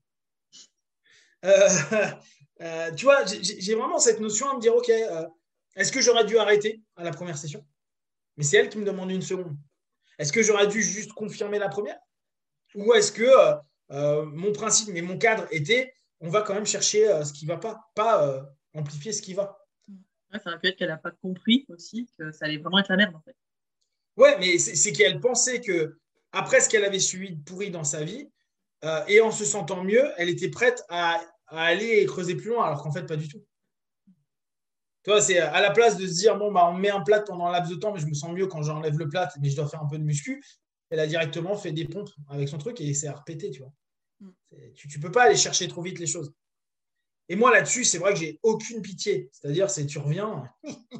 Tu vois, j'ai vraiment cette notion à me dire, OK, est-ce que j'aurais dû arrêter à la première session? Mais c'est elle qui me demande une seconde. Est-ce que j'aurais dû juste confirmer la première? Ou est-ce que mon principe, mais mon cadre était, on va quand même chercher ce qui ne va pas amplifier ce qui va. Ouais, ça aurait pu être qu'elle n'a pas compris aussi que ça allait vraiment être la merde en fait. Ouais, mais c'est qu'elle pensait que après ce qu'elle avait suivi de pourri dans sa vie, et en se sentant mieux, elle était prête à aller creuser plus loin, alors qu'en fait, pas du tout. Tu vois, c'est à la place de se dire, bon, on met un plat pendant un laps de temps, mais je me sens mieux quand j'enlève le plat, mais je dois faire un peu de muscu. Elle a directement fait des pompes avec son truc et c'est à répéter, tu vois. Tu ne peux pas aller chercher trop vite les choses. Et moi, là-dessus, c'est vrai que j'ai aucune pitié. C'est-à-dire, tu reviens.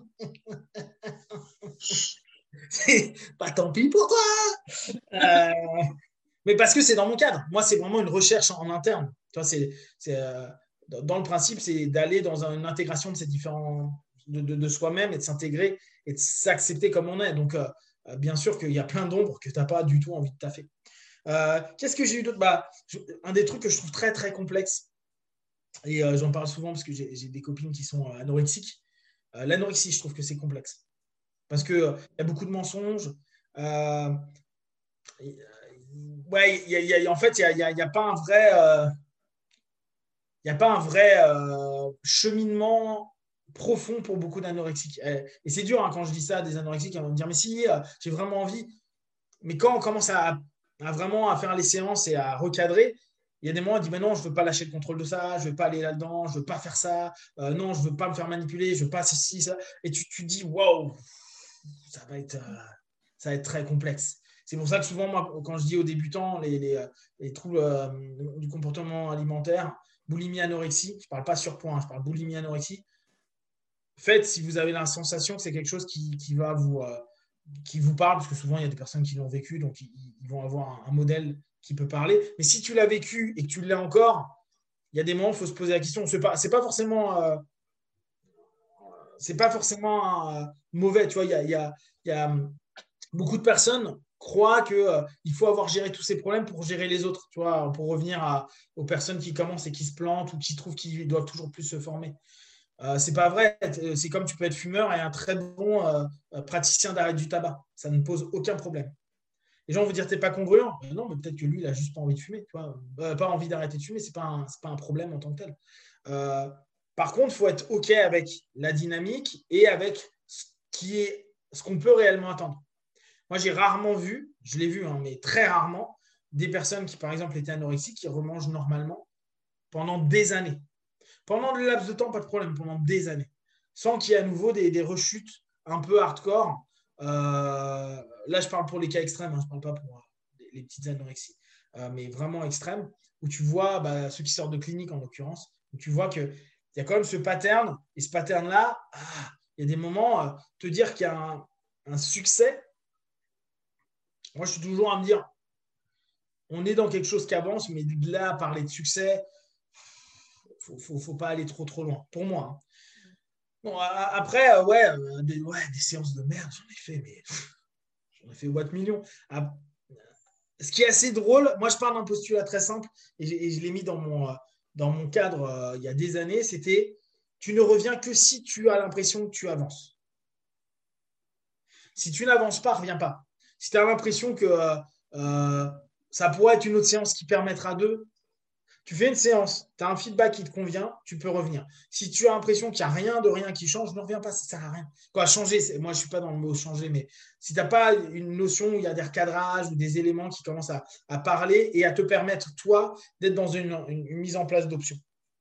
C'est pas tant pis pour toi. Mais parce que c'est dans mon cadre. Moi, c'est vraiment une recherche en interne. Tu vois, dans le principe, c'est d'aller dans une intégration de ces différents de soi-même et de s'intégrer et de s'accepter comme on est. Donc, bien sûr qu'il y a plein d'ombres que tu n'as pas du tout envie de taffer. Qu'est-ce que j'ai eu d'autre? Un des trucs que je trouve très, très complexe, et j'en parle souvent parce que j'ai des copines qui sont anorexiques. L'anorexie, je trouve que c'est complexe. Parce qu'il y a beaucoup de mensonges. Ouais, en fait, il n'y a pas un vrai, cheminement profond pour beaucoup d'anorexiques. Et c'est dur quand je dis ça à des anorexiques, ils vont me dire, mais si, j'ai vraiment envie. Mais quand on commence à vraiment à faire les séances et à recadrer, il y a des moments où on dit, mais non, je ne veux pas lâcher le contrôle de ça, je ne veux pas aller là-dedans, je ne veux pas faire ça, non, je ne veux pas me faire manipuler, je ne veux pas ceci, ça. Et tu dis, waouh, ça va être très complexe. C'est pour ça que souvent, moi, quand je dis aux débutants les troubles du comportement alimentaire, boulimie, anorexie, je ne parle pas surpoids, je parle boulimie, anorexie. Faites si vous avez la sensation que c'est quelque chose qui va qui vous parle, parce que souvent, il y a des personnes qui l'ont vécu, donc ils vont avoir un modèle qui peut parler. Mais si tu l'as vécu et que tu l'as encore, il y a des moments où il faut se poser la question. C'est pas forcément mauvais. Tu vois, il y a beaucoup de personnes croient qu'il faut avoir géré tous ces problèmes pour gérer les autres, tu vois, pour revenir aux personnes qui commencent et qui se plantent ou qui trouvent qu'ils doivent toujours plus se former. C'est pas vrai. C'est comme tu peux être fumeur et un très bon praticien d'arrêt du tabac. Ça ne pose aucun problème. Les gens vont dire, t'es pas congruent. Non, mais peut-être que lui, il a juste pas envie de fumer. Tu vois. Pas envie d'arrêter de fumer, c'est pas un problème en tant que tel. Par contre, il faut être OK avec la dynamique et avec ce qu'on peut réellement attendre. Moi, j'ai rarement vu, je l'ai vu, mais très rarement, des personnes qui, par exemple, étaient anorexiques, qui remangent normalement pendant des années. Pendant le laps de temps, pas de problème, pendant des années. Sans qu'il y ait à nouveau des rechutes un peu hardcore. Là, je parle pour les cas extrêmes, je ne parle pas pour les petites anorexies, mais vraiment extrêmes, où tu vois ceux qui sortent de clinique, en l'occurrence, où tu vois que Il y a quand même ce pattern. Et ce pattern-là, il y a des moments, te dire qu'il y a un succès. Moi, je suis toujours à me dire, on est dans quelque chose qui avance, mais de là, parler de succès, faut pas aller trop loin, pour moi. Hein. Bon, après, des séances de merde, j'en ai fait, mais j'en ai fait what millions. Ce qui est assez drôle, moi je pars d'un postulat très simple et je l'ai mis dans mon cadre il y a des années, c'était tu ne reviens que si tu as l'impression que tu avances. Si tu n'avances pas, reviens pas. Si tu as l'impression que ça pourrait être une autre séance qui permettra de, tu fais une séance, tu as un feedback qui te convient, tu peux revenir. Si tu as l'impression qu'il n'y a rien de rien qui change, ne reviens pas, ça ne sert à rien. Quoi, changer, moi je ne suis pas dans le mot changer, mais si tu n'as pas une notion où il y a des recadrages ou des éléments qui commencent à parler et à te permettre, toi, d'être dans une mise en place d'options.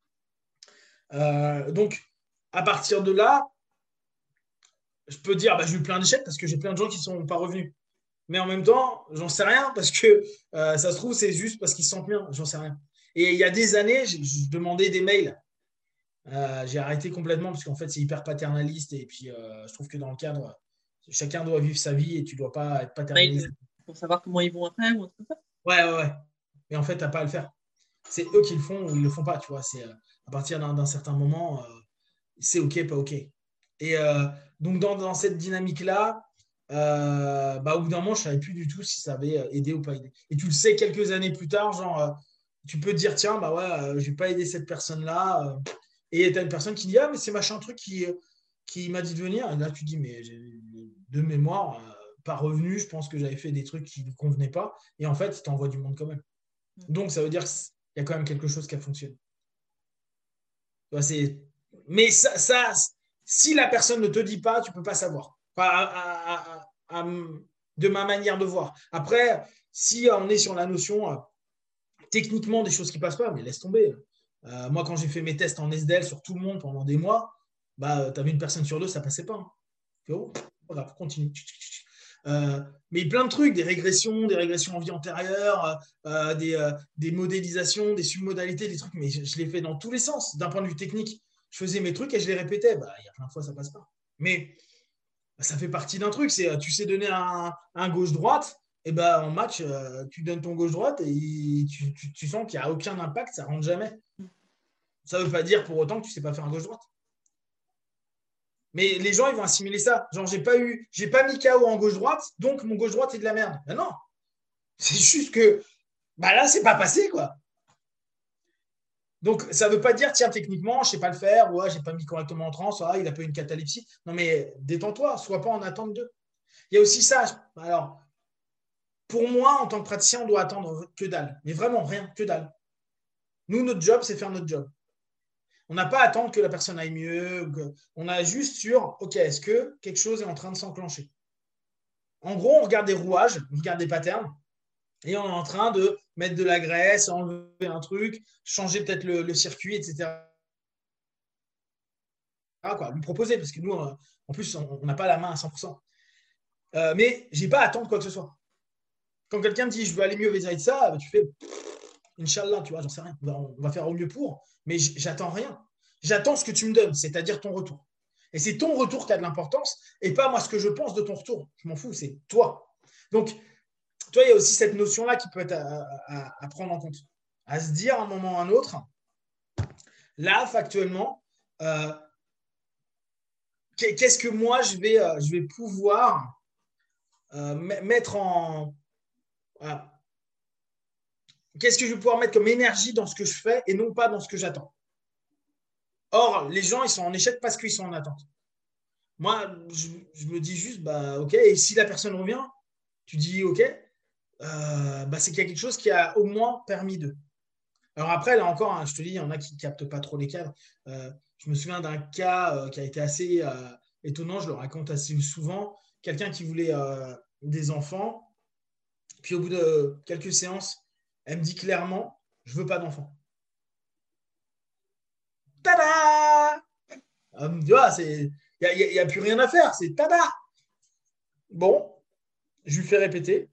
Donc, à partir de là, je peux dire, j'ai eu plein d'échecs parce que j'ai plein de gens qui ne sont pas revenus. Mais en même temps, j'en sais rien parce que ça se trouve, c'est juste parce qu'ils se sentent bien, j'en sais rien. Et il y a des années, je demandais des mails. J'ai arrêté complètement parce qu'en fait, c'est hyper paternaliste. Et puis, je trouve que dans le cadre, chacun doit vivre sa vie et tu ne dois pas être paternaliste. Pour savoir comment ils vont après ou autre chose. Ouais. Mais en fait, tu n'as pas à le faire. C'est eux qui le font ou ils ne le font pas. Tu vois, c'est à partir d'un certain moment, c'est OK, pas OK. Et donc, dans cette dynamique-là, au bout d'un moment, je ne savais plus du tout si ça avait aidé ou pas aidé. Et tu le sais quelques années plus tard, genre, tu peux te dire, tiens, je ne vais pas aider cette personne-là. Et tu as une personne qui dit, mais c'est machin truc qui m'a dit de venir. Et là, tu dis, mais de mémoire, pas revenu, je pense que j'avais fait des trucs qui ne convenaient pas. Et en fait, il t'envoie du monde quand même. Donc, ça veut dire qu'il y a quand même quelque chose qui a fonctionné. Mais ça, si la personne ne te dit pas, tu ne peux pas savoir. De ma manière de voir. Après, si on est sur la notion techniquement des choses qui ne passent pas, mais laisse tomber. Moi, quand j'ai fait mes tests en SDL sur tout le monde pendant des mois, tu avais une personne sur deux, ça ne passait pas. Hein. Voilà, continue. Mais plein de trucs, des régressions en vie antérieure, des modélisations, des submodalités, des trucs, mais je l'ai fait dans tous les sens. D'un point de vue technique, je faisais mes trucs et je les répétais. Il y a plein de fois, ça passe pas. Mais ça fait partie d'un truc. C'est tu sais donner un gauche-droite, et en match, tu donnes ton gauche-droite et tu sens qu'il n'y a aucun impact, ça ne rentre jamais. Ça ne veut pas dire pour autant que tu ne sais pas faire un gauche-droite. Mais les gens, ils vont assimiler ça. Genre, j'ai pas mis KO en gauche-droite, donc mon gauche-droite est de la merde. Ben non. C'est juste que là, c'est pas passé, quoi. Donc, ça ne veut pas dire, tiens, techniquement, je ne sais pas le faire, ou j'ai pas mis correctement en transe, il a pas eu une catalepsie. Non, mais détends-toi, sois pas en attente d'eux. Il y a aussi ça. Alors, pour moi, en tant que praticien, on doit attendre que dalle. Mais vraiment, rien, que dalle. Nous, notre job, c'est faire notre job. On n'a pas à attendre que la personne aille mieux. On a juste sur, OK, est-ce que quelque chose est en train de s'enclencher? En gros, on regarde des rouages, on regarde des patterns, et on est en train de mettre de la graisse, enlever un truc, changer peut-être le circuit, etc. Lui proposer, parce que nous, en plus, on n'a pas la main à 100%. Mais je n'ai pas à attendre quoi que ce soit. Quand quelqu'un me dit, je veux aller mieux vis-à-vis de ça, tu fais, Inch'Allah, tu vois, j'en sais rien. On va faire au mieux pour, mais j'attends rien. J'attends ce que tu me donnes, c'est-à-dire ton retour. Et c'est ton retour qui a de l'importance et pas moi ce que je pense de ton retour. Je m'en fous, c'est toi. Donc, toi, il y a aussi cette notion-là qui peut être à prendre en compte. À se dire à un moment ou à un autre, là, factuellement, qu'est-ce que moi, je vais pouvoir mettre en... Qu'est-ce que je vais pouvoir mettre comme énergie dans ce que je fais et non pas dans ce que j'attends. Or, les gens, ils sont en échec parce qu'ils sont en attente. Moi, je me dis juste, OK, et si la personne revient, tu dis, OK, c'est qu'il y a quelque chose qui a au moins permis d'eux. Alors après, là encore, je te dis, il y en a qui ne captent pas trop les cadres. Je me souviens d'un cas qui a été assez étonnant, je le raconte assez souvent. Quelqu'un qui voulait des enfants, puis au bout de quelques séances, elle me dit clairement, je ne veux pas d'enfants. Tada! Tu vois, il n'y a plus rien à faire, c'est tada! Bon, je lui fais répéter.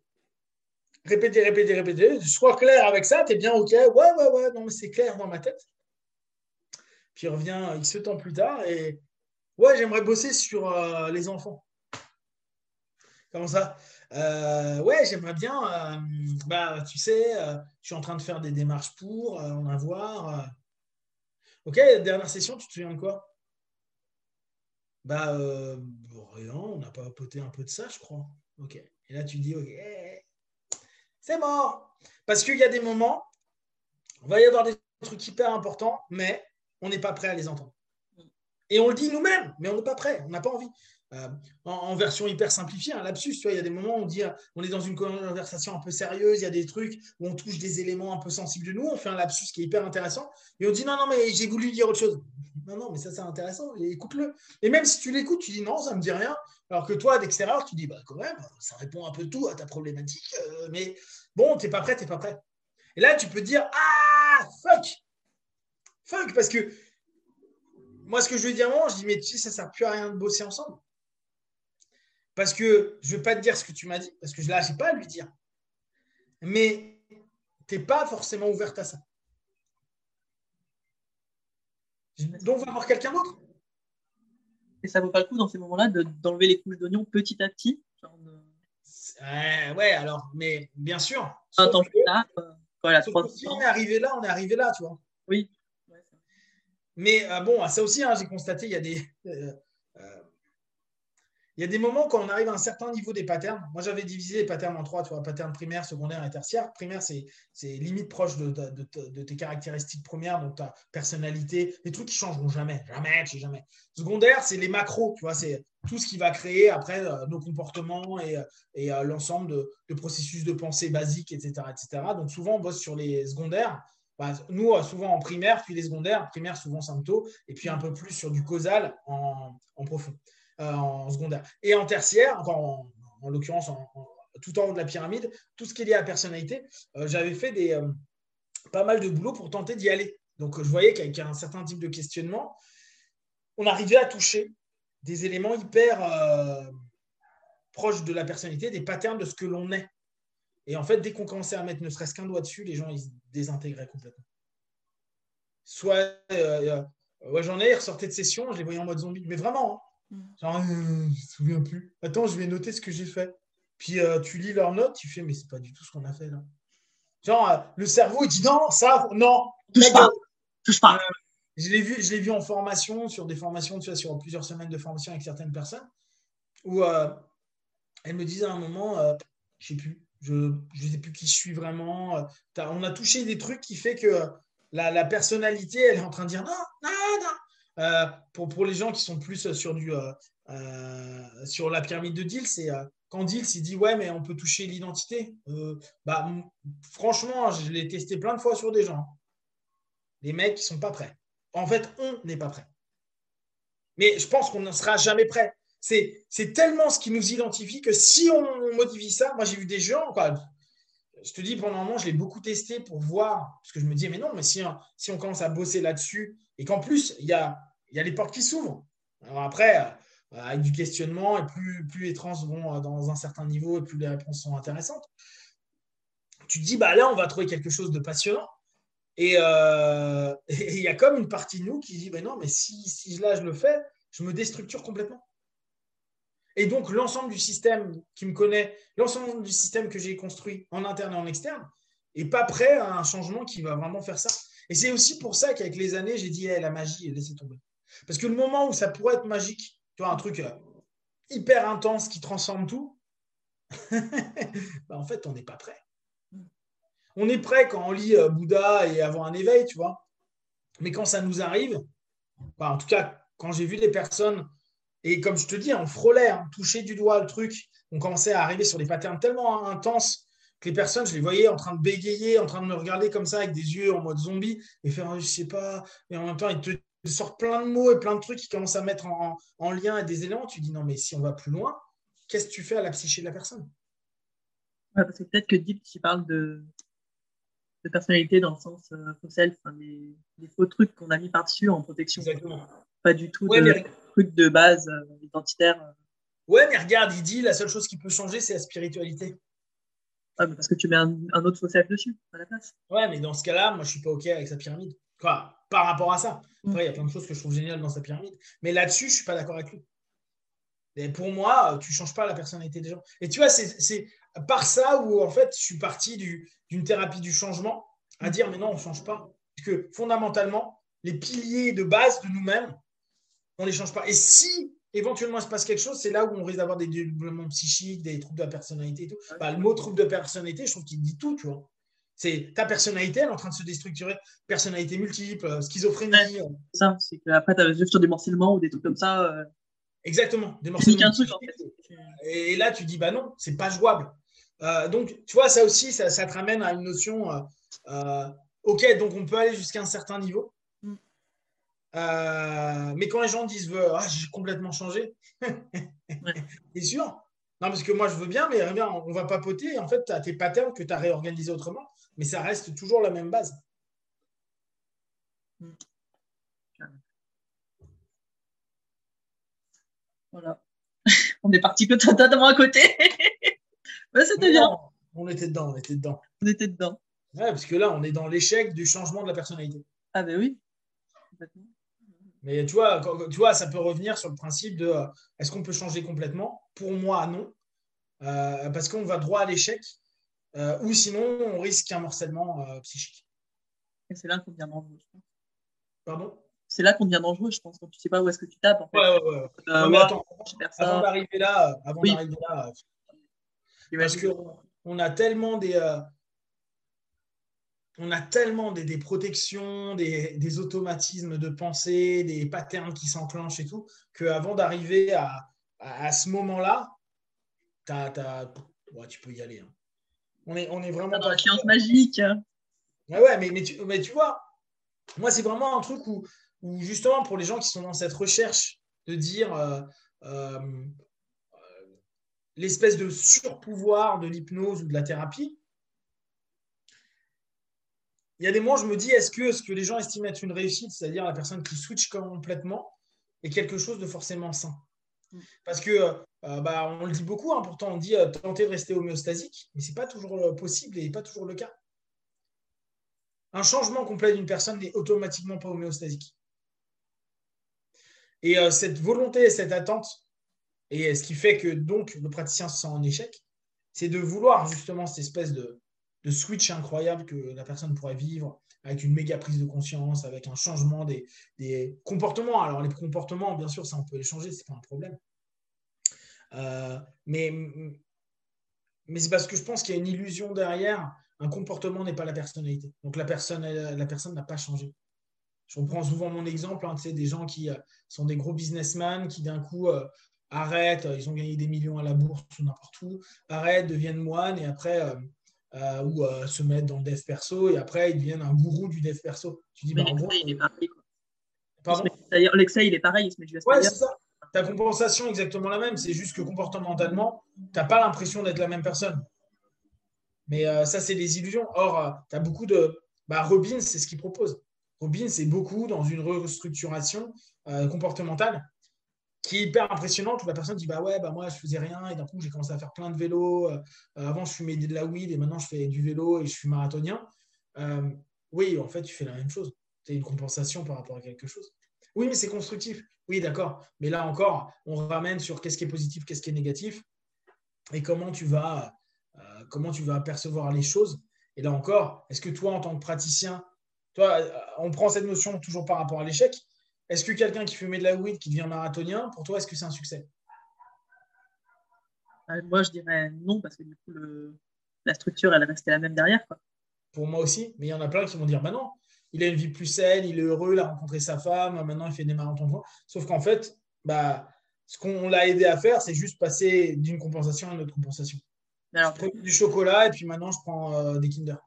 Répéter. Sois clair avec ça, t'es bien OK. Ouais, non, mais c'est clair dans ma tête. Puis il revient X temps plus tard et ouais, j'aimerais bosser sur les enfants. Comment ça? Ouais, j'aimerais bien. Bah, tu sais, je suis en train de faire des démarches pour en avoir. Ok, dernière session, tu te souviens de quoi? Bah, bon, rien, on n'a pas poté un peu de ça, je crois. Ok. Et là, tu dis, ok, c'est mort. Parce qu'il y a des moments, il va y avoir des trucs hyper importants, mais on n'est pas prêt à les entendre. Et on le dit nous-mêmes, mais on n'est pas prêt, on n'a pas envie. En version hyper simplifiée, un lapsus, tu vois, il y a des moments où on dit, on est dans une conversation un peu sérieuse, il y a des trucs où on touche des éléments un peu sensibles de nous, on fait un lapsus qui est hyper intéressant, et on dit non, non, mais j'ai voulu dire autre chose. Non, non, mais ça c'est intéressant, écoute-le. Et même si tu l'écoutes, tu dis non, ça ne me dit rien, alors que toi, d'extérieur, tu dis bah quand même, ça répond un peu tout à ta problématique, mais bon, t'es pas prêt, t'es pas prêt. Et là, tu peux dire ah, fuck, parce que moi, ce que je veux dire, je dis mais tu sais, ça ne sert plus à rien de bosser ensemble. Parce que je ne vais pas te dire ce que tu m'as dit, parce que là, je n'ai pas à lui dire. Mais tu n'es pas forcément ouverte à ça. Donc, on va voir quelqu'un d'autre. Et ça ne vaut pas le coup dans ces moments-là d'enlever les couches d'oignon petit à petit. Ouais, alors, mais bien sûr. Un temps plus tard, voilà, sauf que si on est arrivé là, tu vois. Oui. Ouais, mais bon, ça aussi, j'ai constaté, il y a des. Il y a des moments quand on arrive à un certain niveau des patterns. Moi, j'avais divisé les patterns en 3, tu vois, patterns primaire, secondaire et tertiaire. Primaire, c'est limite proche de tes caractéristiques premières, donc ta personnalité, les trucs qui ne changeront jamais. Jamais. Secondaire, c'est les macros, tu vois, c'est tout ce qui va créer après nos comportements et l'ensemble de processus de pensée basiques, etc., etc. Donc, souvent, on bosse sur les secondaires. Nous, souvent en primaire, puis les secondaires. Primaire, souvent symptômes, et puis un peu plus sur du causal en profond. En secondaire. Et en tertiaire, en l'occurrence tout en haut de la pyramide, tout ce qui est lié à la personnalité, j'avais fait pas mal de boulot pour tenter d'y aller. Donc je voyais qu'avec un certain type de questionnement, on arrivait à toucher des éléments hyper proches de la personnalité, des patterns de ce que l'on est. Et en fait, dès qu'on commençait à mettre ne serait-ce qu'un doigt dessus, les gens, ils se désintégraient complètement. Soit, j'en ai, ils ressortaient de session, je les voyais en mode zombie. Mais vraiment, genre, je ne me souviens plus. Attends, je vais noter ce que j'ai fait. Puis tu lis leurs notes, tu fais, mais c'est pas du tout ce qu'on a fait là. Genre, le cerveau, il dit non, ça, non. Touche pas. Je l'ai vu en formation, sur des formations, tu vois, sur plusieurs semaines de formation avec certaines personnes, où elles me disaient à un moment, je ne sais plus, je ne sais plus qui je suis vraiment. On a touché des trucs qui fait que la personnalité, elle est en train de dire non. Pour les gens qui sont plus sur sur la pyramide de Diels, c'est quand Diels il dit ouais mais on peut toucher l'identité. Franchement, je l'ai testé plein de fois sur des gens. Les mecs qui sont pas prêts. En fait, on n'est pas prêt. Mais je pense qu'on ne sera jamais prêt. C'est tellement ce qui nous identifie que si on modifie ça, moi j'ai vu des gens, quoi. Je te dis, pendant un moment, je l'ai beaucoup testé pour voir, parce que je me disais, mais non, mais si on commence à bosser là-dessus, et qu'en plus, il y a les portes qui s'ouvrent. Alors après, avec du questionnement, et plus les trans vont dans un certain niveau, et plus les réponses sont intéressantes, tu te dis, bah là, on va trouver quelque chose de passionnant. Et il y a comme une partie de nous qui dit, mais non, mais si là, je le fais, je me déstructure complètement. Et donc, l'ensemble du système qui me connaît, l'ensemble du système que j'ai construit en interne et en externe, n'est pas prêt à un changement qui va vraiment faire ça. Et c'est aussi pour ça qu'avec les années, j'ai dit, la magie, laissez tomber. Parce que le moment où ça pourrait être magique, tu vois, un truc hyper intense qui transforme tout, bah, en fait, on n'est pas prêt. On est prêt quand on lit Bouddha et avoir un éveil, tu vois. Mais quand ça nous arrive, bah, en tout cas, quand j'ai vu des personnes. Et comme je te dis, on frôlait, toucher du doigt le truc. On commençait à arriver sur des patterns tellement intenses que les personnes, je les voyais en train de bégayer, en train de me regarder comme ça avec des yeux en mode zombie et faire, je sais pas. Et en même temps, ils te sortent plein de mots et plein de trucs qui commencent à mettre en lien et des éléments. Tu dis, non, mais si on va plus loin, qu'est-ce que tu fais à la psyché de la personne? Ouais, parce que peut-être que Deep, tu parles de personnalité dans le sens faux-self, des faux trucs qu'on a mis par-dessus en protection. Exactement. Pas du tout de trucs de base identitaire. Ouais, mais regarde, il dit la seule chose qui peut changer, c'est la spiritualité. Ouais, mais parce que tu mets un autre faux-self dessus, à la place. Ouais, mais dans ce cas-là, moi, je suis pas OK avec sa pyramide. Quoi, par rapport à ça. Après, il y a plein de choses que je trouve géniales dans sa pyramide. Mais là-dessus, je ne suis pas d'accord avec lui. Et pour moi, tu ne changes pas la personnalité des gens. Et tu vois, c'est par ça où, en fait, je suis parti d'une thérapie du changement à dire, mais non, on ne change pas. Parce que fondamentalement, les piliers de base de nous-mêmes, on ne les change pas. Et si éventuellement il se passe quelque chose, c'est là où on risque d'avoir des dédoublements psychiques, des troubles de la personnalité et tout. Bah, le mot trouble de personnalité, je trouve qu'il dit tout, tu vois. C'est ta personnalité, elle est en train de se déstructurer. Personnalité multiple, schizophrénie. Ouais, c'est ça, c'est qu'après, tu as juste sur des morcellement ou des trucs comme ça. Exactement, des Tu niques morcellements un truc, en fait. Et là, tu dis, bah non, c'est pas jouable. Donc, tu vois, ça aussi, ça te ramène à une notion, ok, donc on peut aller jusqu'à un certain niveau. Mais quand les gens disent, ah, j'ai complètement changé, t'es sûr? Non, parce que moi, je veux bien, mais regarde, on va papoter. Et en fait, tu as tes patterns que tu as réorganisés autrement, mais ça reste toujours la même base. Voilà. On est parti que totalement à côté. Ouais, c'était bien. On était dedans, on était dedans. On était dedans. Ouais, parce que là, on est dans l'échec du changement de la personnalité. Ah ben oui. Complètement. Mais tu vois, ça peut revenir sur le principe de est-ce qu'on peut changer complètement? Pour moi, non. Parce qu'on va droit à l'échec. Ou sinon, on risque un morcellement psychique. Et c'est là qu'on devient dangereux, je pense. Pardon? C'est là qu'on devient dangereux, je pense, quand tu sais pas où est-ce que tu tapes. En fait. Ouais. Non, mais attends, avant d'arriver là, parce qu'on a tellement des protections, des automatismes de pensée, des patterns qui s'enclenchent et tout, qu'avant d'arriver à ce moment-là, tu peux y aller. Hein. On est vraiment dans la science magique. Ouais, mais tu vois, moi, c'est vraiment un truc où justement, pour les gens qui sont dans cette recherche de dire l'espèce de surpouvoir de l'hypnose ou de la thérapie, il y a des moments, je me dis, est-ce que les gens estiment être une réussite, c'est-à-dire la personne qui switch complètement, est quelque chose de forcément sain? Parce que, on le dit beaucoup, hein, pourtant on dit tenter de rester homéostasique, mais ce n'est pas toujours possible et pas toujours le cas. Un changement complet d'une personne n'est automatiquement pas homéostasique. Et cette volonté, cette attente, et ce qui fait que donc le praticien se sent en échec, c'est de vouloir justement cette espèce de switch incroyable que la personne pourrait vivre avec une méga prise de conscience, avec un changement des comportements. Alors les comportements, bien sûr, ça on peut les changer, c'est pas un problème. Mais c'est parce que je pense qu'il y a une illusion derrière. Un comportement n'est pas la personnalité. Donc la personne n'a pas changé. Je reprends souvent mon exemple, des gens qui sont des gros businessmen qui d'un coup arrêtent, ils ont gagné des millions à la bourse ou n'importe où, arrêtent, deviennent moines et après se mettent dans le dev perso et après ils deviennent un gourou du dev perso. Tu dis, mais en gros, il est pareil. Pardon ? D'ailleurs, l'excès, il est pareil, il se met du Ouais, c'est ça. Ta compensation est exactement la même, c'est juste que comportementalement, tu n'as pas l'impression d'être la même personne. Mais ça, c'est des illusions. Or, tu as beaucoup de... Robbins, c'est ce qu'il propose. Robbins, c'est beaucoup dans une restructuration comportementale qui est hyper impressionnante où la personne dit moi je faisais rien et d'un coup j'ai commencé à faire plein de vélo. Avant je fumais de la weed et maintenant je fais du vélo et je suis marathonien. Oui, en fait tu fais la même chose. Tu as une compensation par rapport à quelque chose. Oui, mais c'est constructif. Oui, d'accord. Mais là encore, on ramène sur qu'est-ce qui est positif, qu'est-ce qui est négatif et comment tu vas percevoir les choses. Et là encore, est-ce que toi en tant que praticien, on prend cette notion toujours par rapport à l'échec. Est-ce que quelqu'un qui fumait de la weed, qui devient marathonien, pour toi, est-ce que c'est un succès? Moi, je dirais non, parce que du coup, la structure, elle est restée la même derrière. Quoi. Pour moi aussi, mais il y en a plein qui vont dire, non, il a une vie plus saine, il est heureux, il a rencontré sa femme, maintenant il fait des marathons. Sauf qu'en fait, ce qu'on l'a aidé à faire, c'est juste passer d'une compensation à une autre compensation. Alors, je prends du chocolat et puis maintenant, je prends des Kinder.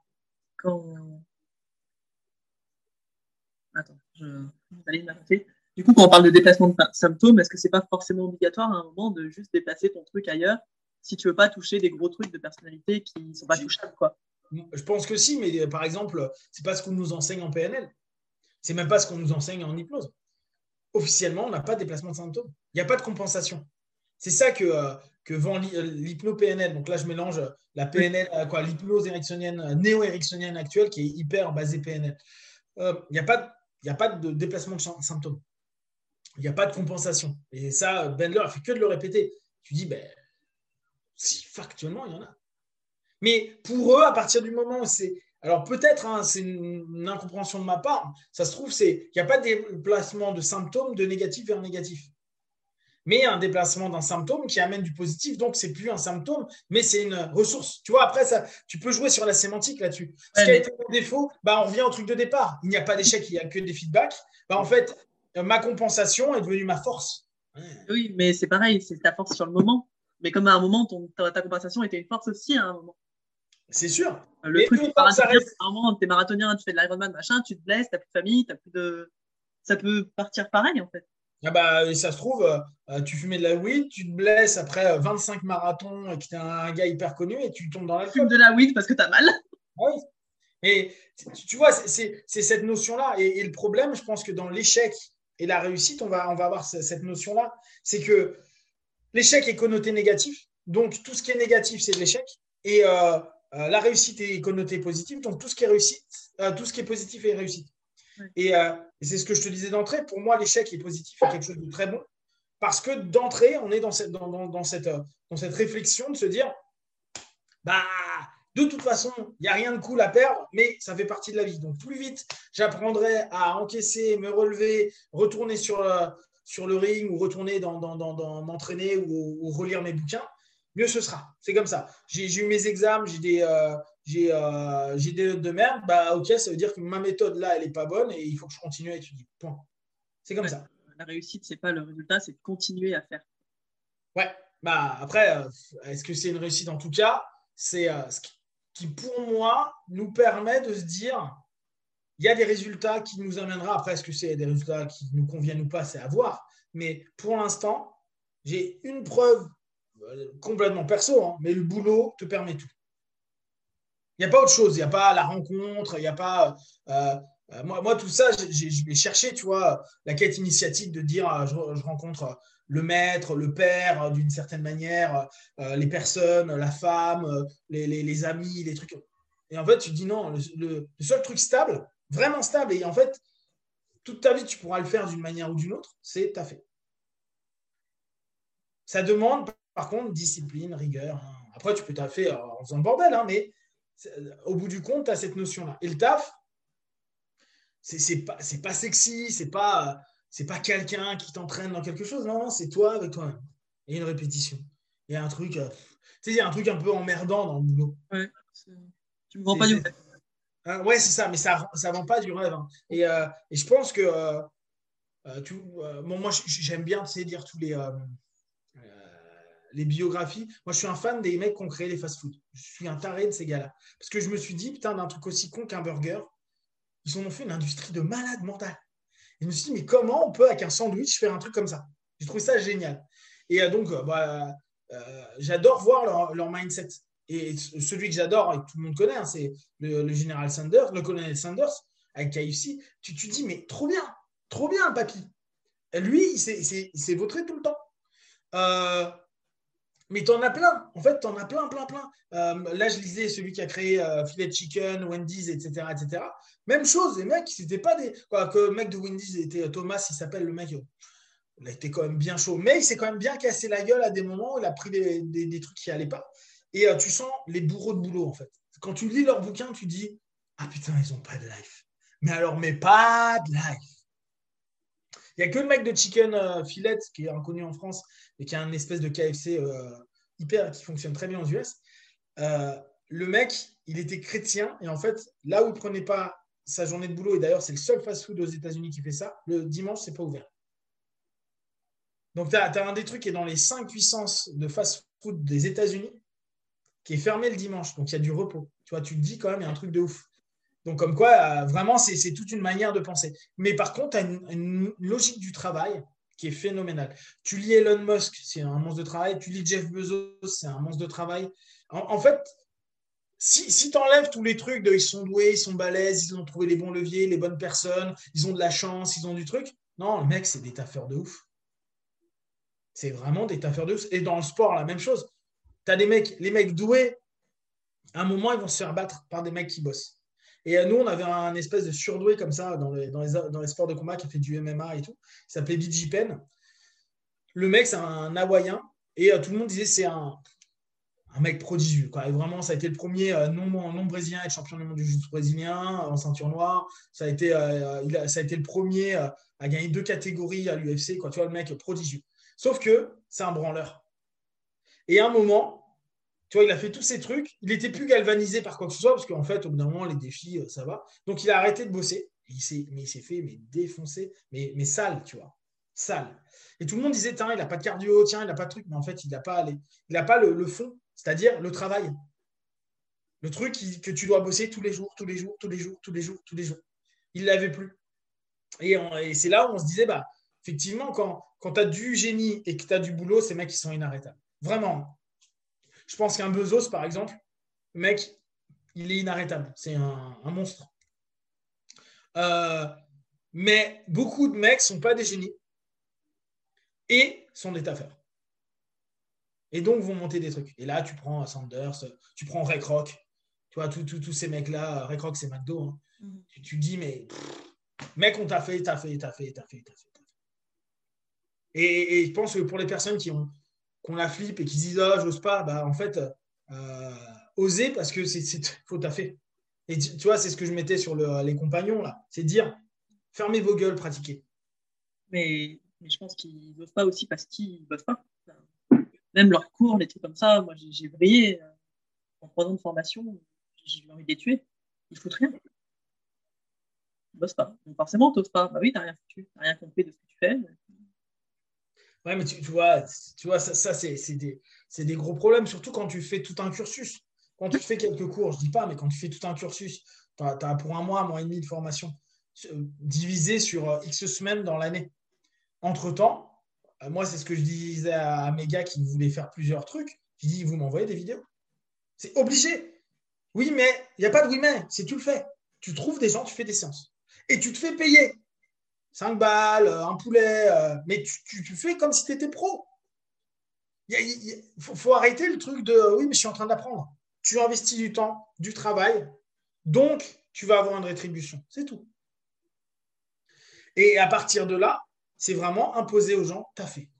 Attends, je vais m'arrêter. Du coup, quand on parle de déplacement de symptômes, est-ce que c'est pas forcément obligatoire à un moment de juste déplacer ton truc ailleurs si tu veux pas toucher des gros trucs de personnalité qui ne sont pas touchables, quoi? Je pense que si, mais par exemple, c'est pas ce qu'on nous enseigne en PNL. C'est même pas ce qu'on nous enseigne en hypnose. Officiellement, on n'a pas de déplacement de symptômes. Il n'y a pas de compensation. C'est ça que vend l'hypno-PNL. Donc là, je mélange la PNL, l'hypnoseéricksonienne, néo-éricksonienne actuelle, qui est hyper basée PNL. il n'y a pas de déplacement de symptômes. Il n'y a pas de compensation. Et ça, Bandler a fait que de le répéter. Tu dis, ben, si factuellement, il y en a. Mais pour eux, à partir du moment où c'est. Alors peut-être, hein, c'est une incompréhension de ma part, ça se trouve, il n'y a pas de déplacement de symptômes de négatif vers négatif. Mais un déplacement d'un symptôme qui amène du positif, donc c'est plus un symptôme, mais c'est une ressource. Tu vois, après, ça, tu peux jouer sur la sémantique là-dessus. Ce qui a été mon défaut, on revient au truc de départ. Il n'y a pas d'échec, il n'y a que des feedbacks. En fait, ma compensation est devenue ma force. Oui, mais c'est pareil, c'est ta force sur le moment. Mais comme à un moment, ta compensation était une force aussi à un moment. C'est sûr. Le truc, à un moment, t'es marathonien, tu fais de l'Ironman, machin, tu te blesses, t'as plus de famille, t'as plus de. Ça peut partir pareil, en fait. Ça se trouve, tu fumais de la weed, tu te blesses après 25 marathons et que tu es un gars hyper connu et tu tombes dans l'alcool. Tu fumes de la weed parce que tu as mal. Oui. Et tu vois, c'est cette notion-là. Et le problème, je pense que dans l'échec et la réussite, on va avoir cette notion-là. C'est que l'échec est connoté négatif. Donc, tout ce qui est négatif, c'est de l'échec. Et la réussite est connotée positive. Donc, tout ce qui est réussite, tout ce qui est positif est réussite. Et c'est ce que je te disais d'entrée. Pour moi, l'échec est positif, est quelque chose de très bon. Parce que d'entrée, on est dans cette réflexion de se dire, de toute façon, il n'y a rien de cool à perdre, mais ça fait partie de la vie. Donc, plus vite j'apprendrai à encaisser, me relever, retourner sur le ring ou retourner m'entraîner ou relire mes bouquins, mieux ce sera. C'est comme ça. J'ai eu mes examens, j'ai des notes de merde. Ok, ça veut dire que ma méthode là, elle n'est pas bonne et il faut que je continue à étudier. Point. C'est comme ça. La réussite, c'est pas le résultat, c'est de continuer à faire. Ouais. Après, est-ce que c'est une réussite? En tout cas, c'est ce qui, pour moi, nous permet de se dire, il y a des résultats qui nous amènera. Après, est-ce que c'est des résultats qui nous conviennent ou pas? C'est à voir. Mais pour l'instant, j'ai une preuve complètement perso, hein, mais le boulot te permet tout. Il n'y a pas autre chose. Il n'y a pas la rencontre, il n'y a pas… moi, tout ça, je vais chercher, tu vois, la quête initiatique de dire, je rencontre le maître, le père, d'une certaine manière, les personnes, la femme, les amis, les trucs. Et en fait, tu te dis non, le seul truc stable, vraiment stable, et en fait, toute ta vie, tu pourras le faire d'une manière ou d'une autre, c'est taffer. Ça demande, par contre, discipline, rigueur. Hein. Après, tu peux taffer en faisant le bordel, hein, mais au bout du compte, tu as cette notion-là. Et le taf, c'est pas sexy, c'est pas quelqu'un qui t'entraîne dans quelque chose. Non, c'est toi avec toi-même. Et une répétition. Il y a un truc, il y a un truc un peu emmerdant dans le boulot. Ouais, tu me vends pas du rêve. Ouais, c'est ça, mais ça vend pas du rêve. Hein. Et je pense que moi, j'aime bien lire tous les biographies. Moi, je suis un fan des mecs qui ont créé les fast-food. Je suis un taré de ces gars-là. Parce que je me suis dit, putain, d'un truc aussi con qu'un burger, ils en ont fait une industrie de malade mental. Et je me suis dit, mais comment on peut, avec un sandwich, faire un truc comme ça? J'ai trouvé ça génial. Et donc, j'adore voir leur mindset. Et celui que j'adore et que tout le monde connaît, hein, c'est le général Sanders, le colonel Sanders, avec KFC. Tu te dis, mais trop bien le papy. Lui, il s'est vautré tout le temps. Mais tu en as plein. En fait, tu en as plein. Là, je lisais celui qui a créé Filet Chicken, Wendy's, etc., etc. Même chose, les mecs, c'était pas des… que le mec de Wendy's était Thomas, il s'appelle le mec. Il a été quand même bien chaud. Mais il s'est quand même bien cassé la gueule à des moments où il a pris des trucs qui n'allaient pas. Et tu sens les bourreaux de boulot, en fait. Quand tu lis leurs bouquins, tu dis « Ah putain, ils n'ont pas de life. » Mais alors, pas de life. Il n'y a que le mec de Chicken Filet, qui est inconnu en France, et qui a une espèce de KFC qui fonctionne très bien aux US. Le mec, il était chrétien, et en fait, là où il ne prenait pas sa journée de boulot, et d'ailleurs, c'est le seul fast-food aux États-Unis qui fait ça, le dimanche, ce n'est pas ouvert. Donc, tu as un des trucs qui est dans les 5 puissances de fast-food des États-Unis, qui est fermé le dimanche. Donc, il y a du repos. Tu vois, tu te dis quand même, il y a un truc de ouf. Donc, comme quoi, vraiment, c'est toute une manière de penser. Mais par contre, tu as une logique du travail qui est phénoménale. Tu lis Elon Musk, c'est un monstre de travail. Tu lis Jeff Bezos, c'est un monstre de travail. En fait, si tu enlèves tous les trucs de ils sont doués, ils sont balèzes, ils ont trouvé les bons leviers, les bonnes personnes, ils ont de la chance, ils ont du truc. Non, le mec, c'est des taffeurs de ouf. C'est vraiment des taffeurs de ouf. Et dans le sport, la même chose. Tu as les mecs doués, à un moment, ils vont se faire battre par des mecs qui bossent. Et nous, on avait un espèce de surdoué comme ça dans les sports de combat qui a fait du MMA et tout. Il s'appelait BJ Penn. Le mec, c'est un Hawaïen. Et tout le monde disait c'est un mec prodigieux, quoi. Et vraiment, ça a été le premier non brésilien à être champion du monde du jiu-jitsu brésilien en ceinture noire. Ça a été le premier à gagner 2 catégories à l'UFC, quoi. Tu vois, le mec prodigieux. Sauf que c'est un branleur. Et à un moment, tu vois, il a fait tous ces trucs. Il n'était plus galvanisé par quoi que ce soit, parce qu'en fait, au bout d'un moment, les défis, ça va. Donc, il a arrêté de bosser. Il s'est fait défoncer, mais sale, tu vois. Sale. Et tout le monde disait, tiens, il n'a pas de cardio, tiens, il n'a pas de truc. Mais en fait, il n'a pas le fond, c'est-à-dire le travail. Le truc que tu dois bosser tous les jours, tous les jours, tous les jours, tous les jours, tous les jours. Il ne l'avait plus. Et c'est là où on se disait, bah, effectivement, quand tu as du génie et que tu as du boulot, ces mecs, ils sont inarrêtables. Vraiment. Je pense qu'un Bezos, par exemple, le mec, il est inarrêtable. C'est un monstre. Mais beaucoup de mecs ne sont pas des génies et sont des taffeurs. Et donc, vont monter des trucs. Et là, tu prends Sanders, tu prends Ray Kroc, tu vois, tous ces mecs-là. Ray Kroc, c'est McDo. Hein. Tu dis, mais mec, on t'a fait. Et je pense que pour les personnes qui ont la flip et qui se disent, ah, j'ose pas, bah, en fait, oser parce que faut taffer. Et tu vois, c'est ce que je mettais sur les compagnons, là. C'est dire, fermez vos gueules, pratiquez. Mais je pense qu'ils n'osent pas aussi parce qu'ils ne bossent pas. Même leurs cours, les trucs comme ça, moi j'ai brillé en 3 ans de formation, j'ai envie de les tuer. Ils foutent rien. Ils ne bossent pas. Donc forcément, tu n'oses pas. Bah oui, tu n'as rien foutu, tu n'as rien compris de ce que tu fais. Ouais, mais tu vois ça c'est des gros problèmes, surtout quand tu fais tout un cursus. Quand tu fais quelques cours, je ne dis pas, mais quand tu fais tout un cursus, tu as pour un mois et demi de formation, divisé sur X semaines dans l'année. Entre-temps, moi, c'est ce que je disais à mes gars qui voulaient faire plusieurs trucs. Je dis, vous m'envoyez des vidéos. C'est obligé. Oui, mais il n'y a pas de oui, mais. C'est tu le fais. Tu trouves des gens, tu fais des séances. Et tu te fais payer. 5 balles, un poulet. Mais tu fais comme si tu étais pro. Il faut arrêter le truc de oui, mais je suis en train d'apprendre. Tu investis du temps, du travail. Donc, tu vas avoir une rétribution. C'est tout. Et à partir de là, c'est vraiment imposer aux gens, t'as fait.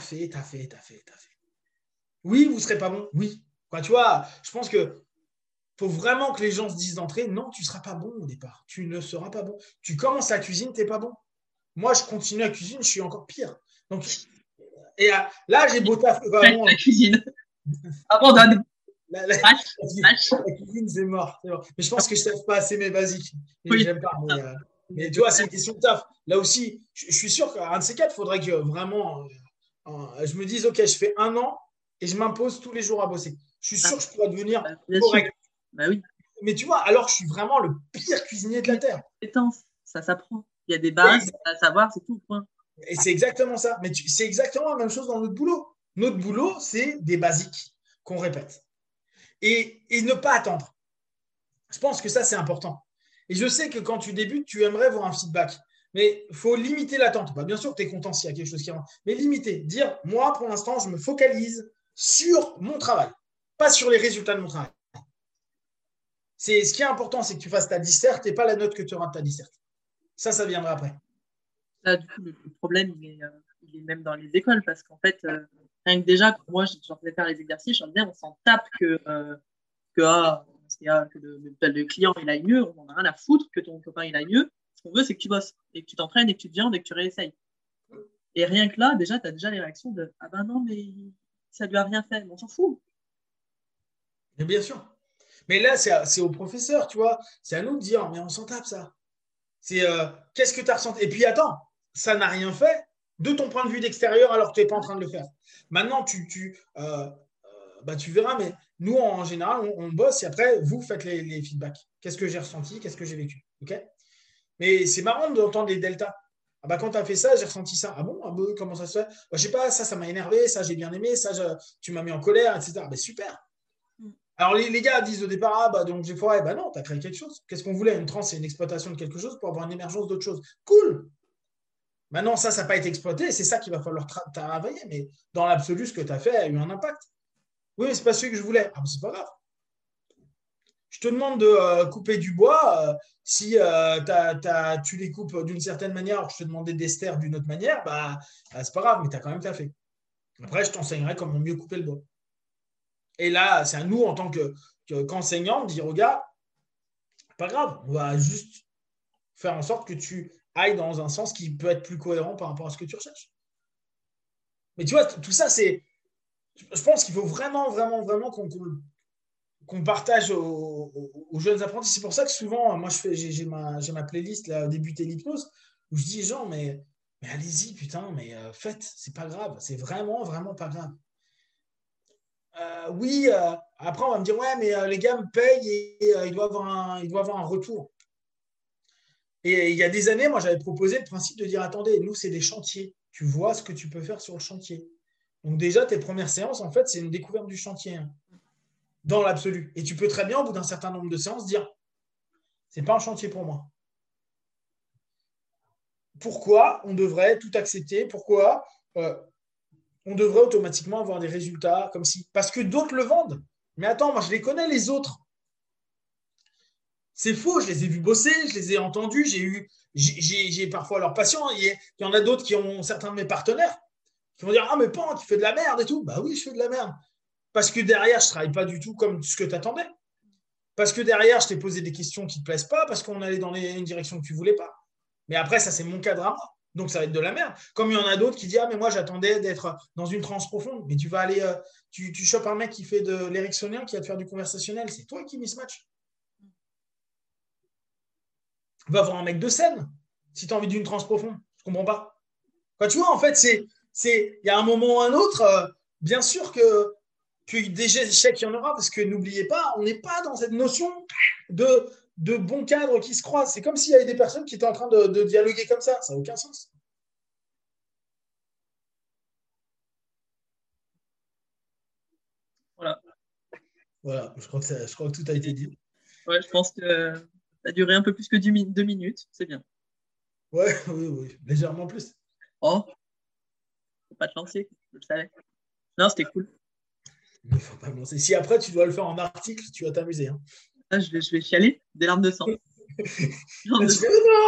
Oui, vous ne serez pas bon. Oui. Enfin, tu vois, je pense que faut vraiment que les gens se disent d'entrée, non, tu ne seras pas bon au départ. Tu ne seras pas bon. Tu commences la cuisine, tu n'es pas bon. Moi, je continue la cuisine, je suis encore pire. Donc, et là, j'ai beau taf. Vraiment, la cuisine. Abandonne. La cuisine, c'est mort. Mais je pense que je ne taffe pas assez mes basiques. Oui. J'aime pas. Mais tu vois, c'est une question de taf. Là aussi, je suis sûr qu'un de ces quatre, il faudrait que vraiment je me dise, OK, je fais 1 an et je m'impose tous les jours à bosser. Je suis sûr que je pourrais devenir correct. Bah oui. Mais tu vois, alors je suis vraiment le pire cuisinier de la Terre. Ça s'apprend. Il y a des bases, à savoir, c'est tout. Point. Et c'est exactement ça. Mais c'est exactement la même chose dans notre boulot. Notre boulot, c'est des basiques qu'on répète. Et ne pas attendre. Je pense que ça, c'est important. Et je sais que quand tu débutes, tu aimerais voir un feedback. Mais il faut limiter l'attente. Bah, bien sûr que tu es content s'il y a quelque chose qui rentre. Mais limiter. Dire, moi, pour l'instant, je me focalise sur mon travail, pas sur les résultats de mon travail. Ce qui est important, c'est que tu fasses ta disserte et pas la note que tu auras de ta disserte. Ça viendra après. Là, du coup, le problème, il est même dans les écoles parce qu'en fait, rien que déjà, quand moi, je faisais faire les exercices, je me disais, on s'en tape que le client il aille mieux, on n'en a rien à foutre que ton copain il aille mieux. Ce qu'on veut, c'est que tu bosses et que tu t'entraînes et que tu te viandes et que tu réessayes. Et rien que là, déjà, tu as déjà les réactions de ah ben non, mais ça lui a rien fait. On s'en fout. Mais bien sûr. Mais là, c'est au professeur, tu vois. C'est à nous de dire, mais on s'en tape ça. C'est qu'est-ce que tu as ressenti. Et puis attends, ça n'a rien fait de ton point de vue d'extérieur alors que tu n'es pas en train de le faire. Maintenant, tu verras, mais nous, en général, on bosse et après, vous faites les feedbacks. Qu'est-ce que j'ai ressenti, qu'est-ce que j'ai vécu. Okay, mais c'est marrant d'entendre les deltas. Ah bah, quand tu as fait ça, j'ai ressenti ça. Ah bon, comment ça se fait? Je sais pas, ça m'a énervé, ça, j'ai bien aimé, ça, tu m'as mis en colère, etc. Mais super. Alors, les gars disent au départ, donc j'ai foiré. Non, tu as créé quelque chose. Qu'est-ce qu'on voulait? Une transe, c'est une exploitation de quelque chose pour avoir une émergence d'autre chose. Cool. Maintenant, ça n'a pas été exploité et c'est ça qu'il va falloir travailler. Mais dans l'absolu, ce que tu as fait a eu un impact. Oui, mais ce n'est pas celui que je voulais. Ah, mais c'est pas grave. Je te demande de couper du bois. Si tu les coupes d'une certaine manière, alors que je te demandais d'ester d'une autre manière, c'est pas grave, mais tu as quand même fait. Après, je t'enseignerai comment mieux couper le bois. Et là, c'est à nous, en tant qu'enseignants, de dire aux gars, pas grave, on va juste faire en sorte que tu ailles dans un sens qui peut être plus cohérent par rapport à ce que tu recherches. Mais tu vois, tout ça, je pense qu'il faut vraiment, vraiment, vraiment qu'on partage aux jeunes apprentis. C'est pour ça que souvent, moi, j'ai ma playlist, là, Débuter l'hypnose, où je dis aux gens, mais allez-y, putain, mais faites, c'est pas grave, c'est vraiment, vraiment pas grave. Oui, après, on va me dire, ouais, mais les gars me payent et il doit avoir un retour. Et il y a des années, moi, j'avais proposé le principe de dire, attendez, nous, c'est des chantiers. Tu vois ce que tu peux faire sur le chantier. Donc déjà, tes premières séances, en fait, c'est une découverte du chantier, hein, dans l'absolu. Et tu peux très bien, au bout d'un certain nombre de séances, dire, c'est pas un chantier pour moi. Pourquoi on devrait tout accepter? Pourquoi on devrait automatiquement avoir des résultats comme si... Parce que d'autres le vendent. Mais attends, moi, je les connais, les autres. C'est faux, je les ai vus bosser, je les ai entendus, j'ai parfois leurs patients. Il y en a d'autres qui ont certains de mes partenaires qui vont dire, ah, mais Pan, tu fais de la merde et tout. Bah oui, je fais de la merde. Parce que derrière, je ne travaille pas du tout comme ce que tu attendais. Parce que derrière, je t'ai posé des questions qui ne te plaisent pas, parce qu'on allait dans une direction que tu ne voulais pas. Mais après, ça, c'est mon cadre à moi. Donc, ça va être de la merde. Comme il y en a d'autres qui disent, ah, mais moi, j'attendais d'être dans une transe profonde. Mais tu vas aller, tu chopes un mec qui fait de l'éricksonien, qui va te faire du conversationnel. C'est toi qui mismatch. Va voir un mec de scène si tu as envie d'une transe profonde. Je ne comprends pas. Quand tu vois, en fait, il y a un moment ou un autre, bien sûr que des échecs, il y en aura, parce que n'oubliez pas, on n'est pas dans cette notion de bons cadres qui se croisent. C'est comme s'il y avait des personnes qui étaient en train de dialoguer comme ça. Ça n'a aucun sens. Voilà, je crois que tout a été dit. Ouais, je pense que ça a duré un peu plus que 2 minutes. C'est bien. Ouais, oui, légèrement plus. Oh, faut pas te lancer, je le savais. Non, c'était cool. Il ne faut pas me lancer. Si après, tu dois le faire en article, tu vas t'amuser. Hein. Ah, je vais chialer, des larmes de sang. Non, là,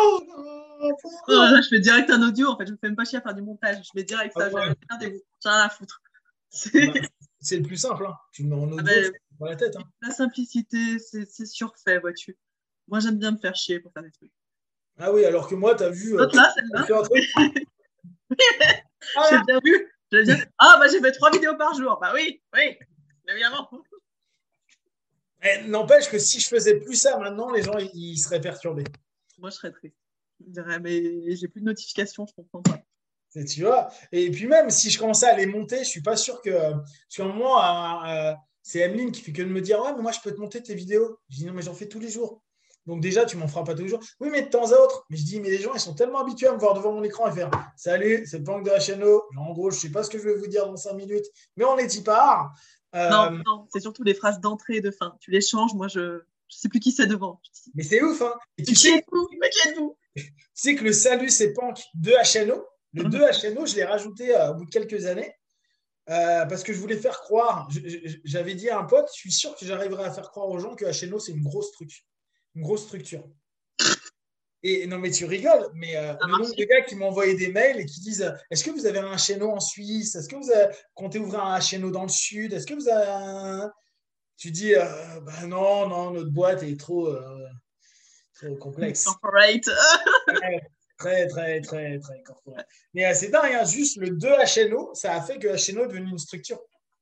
je fais direct un audio, en fait. Je me fais même pas chier à faire du montage. Je mets direct ça. J'en ai rien à foutre. C'est le plus simple. Hein. Tu le mets en audio, dans la tête. Hein. La simplicité, c'est surfait, vois-tu. Moi, j'aime bien me faire chier pour faire des trucs. Ah oui, alors que moi, tu as vu. Là, celle-là. J'ai bien vu. J'ai fait 3 vidéos par jour. Bah oui, évidemment. N'empêche que si je faisais plus ça maintenant, les gens ils seraient perturbés. Moi, je serais triste. Je dirais, mais j'ai plus de notifications, je comprends pas. Tu vois. Et puis même si je commençais à les monter, je suis pas sûr que. Parce qu'à un moment, c'est Emeline qui fait que de me dire, ouais, mais moi je peux te monter tes vidéos. Je dis non, mais j'en fais tous les jours. Donc déjà, tu m'en feras pas tous les jours. Oui, mais de temps à autre. Mais je dis, mais les gens, ils sont tellement habitués à me voir devant mon écran et faire salut, c'est le Pank de la chaîne. En gros, je sais pas ce que je vais vous dire dans 5 minutes, mais on est y part. Non, c'est surtout les phrases d'entrée et de fin. Tu les changes, moi je sais plus qui c'est devant. Mais c'est ouf, hein. Et tu sais, tu sais que le salut, c'est Pank de HNO. Le 2 HNO, je l'ai rajouté au bout de quelques années parce que je voulais faire croire. J'avais dit à un pote, je suis sûr que j'arriverai à faire croire aux gens que HNO, c'est une grosse structure. Et non, mais tu rigoles, mais le nombre de gars qui m'ont envoyé des mails et qui disent est-ce que vous avez un HNO en Suisse? Est-ce que vous comptez ouvrir un HNO dans le Sud? Est-ce que vous avez un. Tu dis non, notre boîte est trop complexe. Corporate. Très, très, très, très corporate. Mais c'est dingue, hein, juste le 2 HNO, ça a fait que HNO est devenu une structure.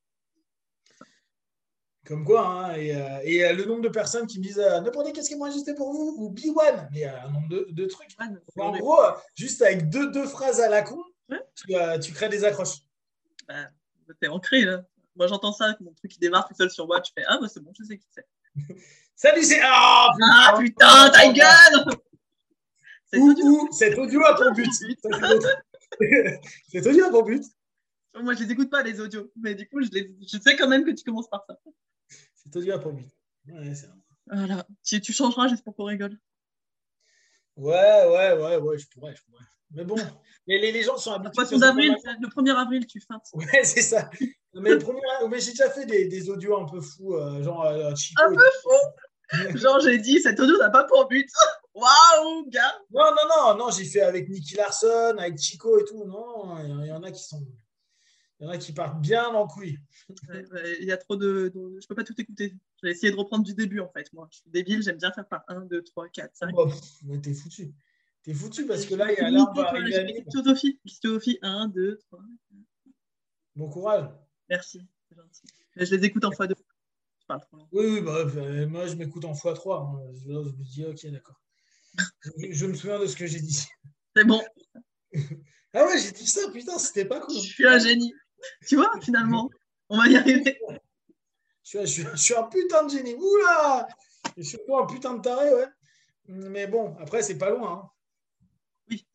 Comme quoi, hein, et le nombre de personnes qui me disent ne prenez qu'est-ce qui est moins ajusté pour vous ou B1, mais un nombre de trucs. En gros, juste avec deux phrases à la con, tu crées des accroches. T'es ancré là. Moi j'entends ça avec mon truc qui démarre tout seul sur Watch, je fais c'est bon, je sais qui c'est. Salut, c'est. Putain, ta gueule. Cet audio a pour but. Cet audio a pour but. Moi, je les écoute pas, les audios. Mais du coup, je sais quand même que tu commences par ça. Cet audio a pour but. Ouais, c'est vrai. Voilà. Tu changeras juste pour qu'on rigole. Ouais, je pourrais. Mais bon, les gens sont habitués. Poisson d'avril, le 1er avril, tu feintes. Ouais, c'est ça. Mais j'ai déjà fait des audios un peu fous, genre Chico. Un peu fou. Genre, j'ai dit, cette audio n'a pas pour but. Waouh, gars. Non, j'ai fait avec Nicky Larson, avec Chico et tout. Non, il y en a qui sont. Il y en a qui partent bien en couille. Il y a trop de. Je peux pas tout écouter. Je vais essayer de reprendre du début, en fait. Moi, je suis débile, j'aime bien faire par 1, 2, 3, 4, 5. Oh, t'es foutu. T'es foutu parce que là, on va arriver à vivre. Lithiosophie, 1, 2, 3. Bon courage. Merci, c'est gentil. Mais je les écoute en x2. Je parle trop long. Oui, moi, je m'écoute en x3. Hein. Je me dis, ok, d'accord. Je me souviens de ce que j'ai dit. C'est bon. Ah ouais, j'ai dit ça, putain, c'était pas cool. Je suis un génie. Tu vois, finalement, on va y arriver. Je suis un putain de génie. Oula! Je suis surtout un putain de taré, ouais. Mais bon, après, c'est pas loin. Hein. Oui.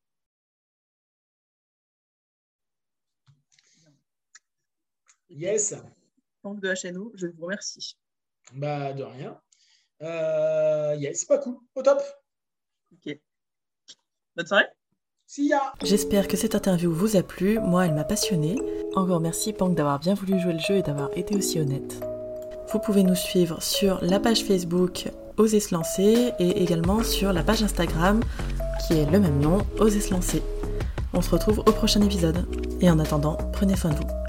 Yes. Pank de HNO, je vous remercie. Bah, de rien. Yes, c'est pas cool. Au top. Ok. Bonne soirée. See ya. J'espère que cette interview vous a plu. Moi, elle m'a passionnée. Encore merci, Pank, d'avoir bien voulu jouer le jeu et d'avoir été aussi honnête. Vous pouvez nous suivre sur la page Facebook Oser se lancer et également sur la page Instagram qui est le même nom, Oser se lancer. On se retrouve au prochain épisode. Et en attendant, prenez soin de vous.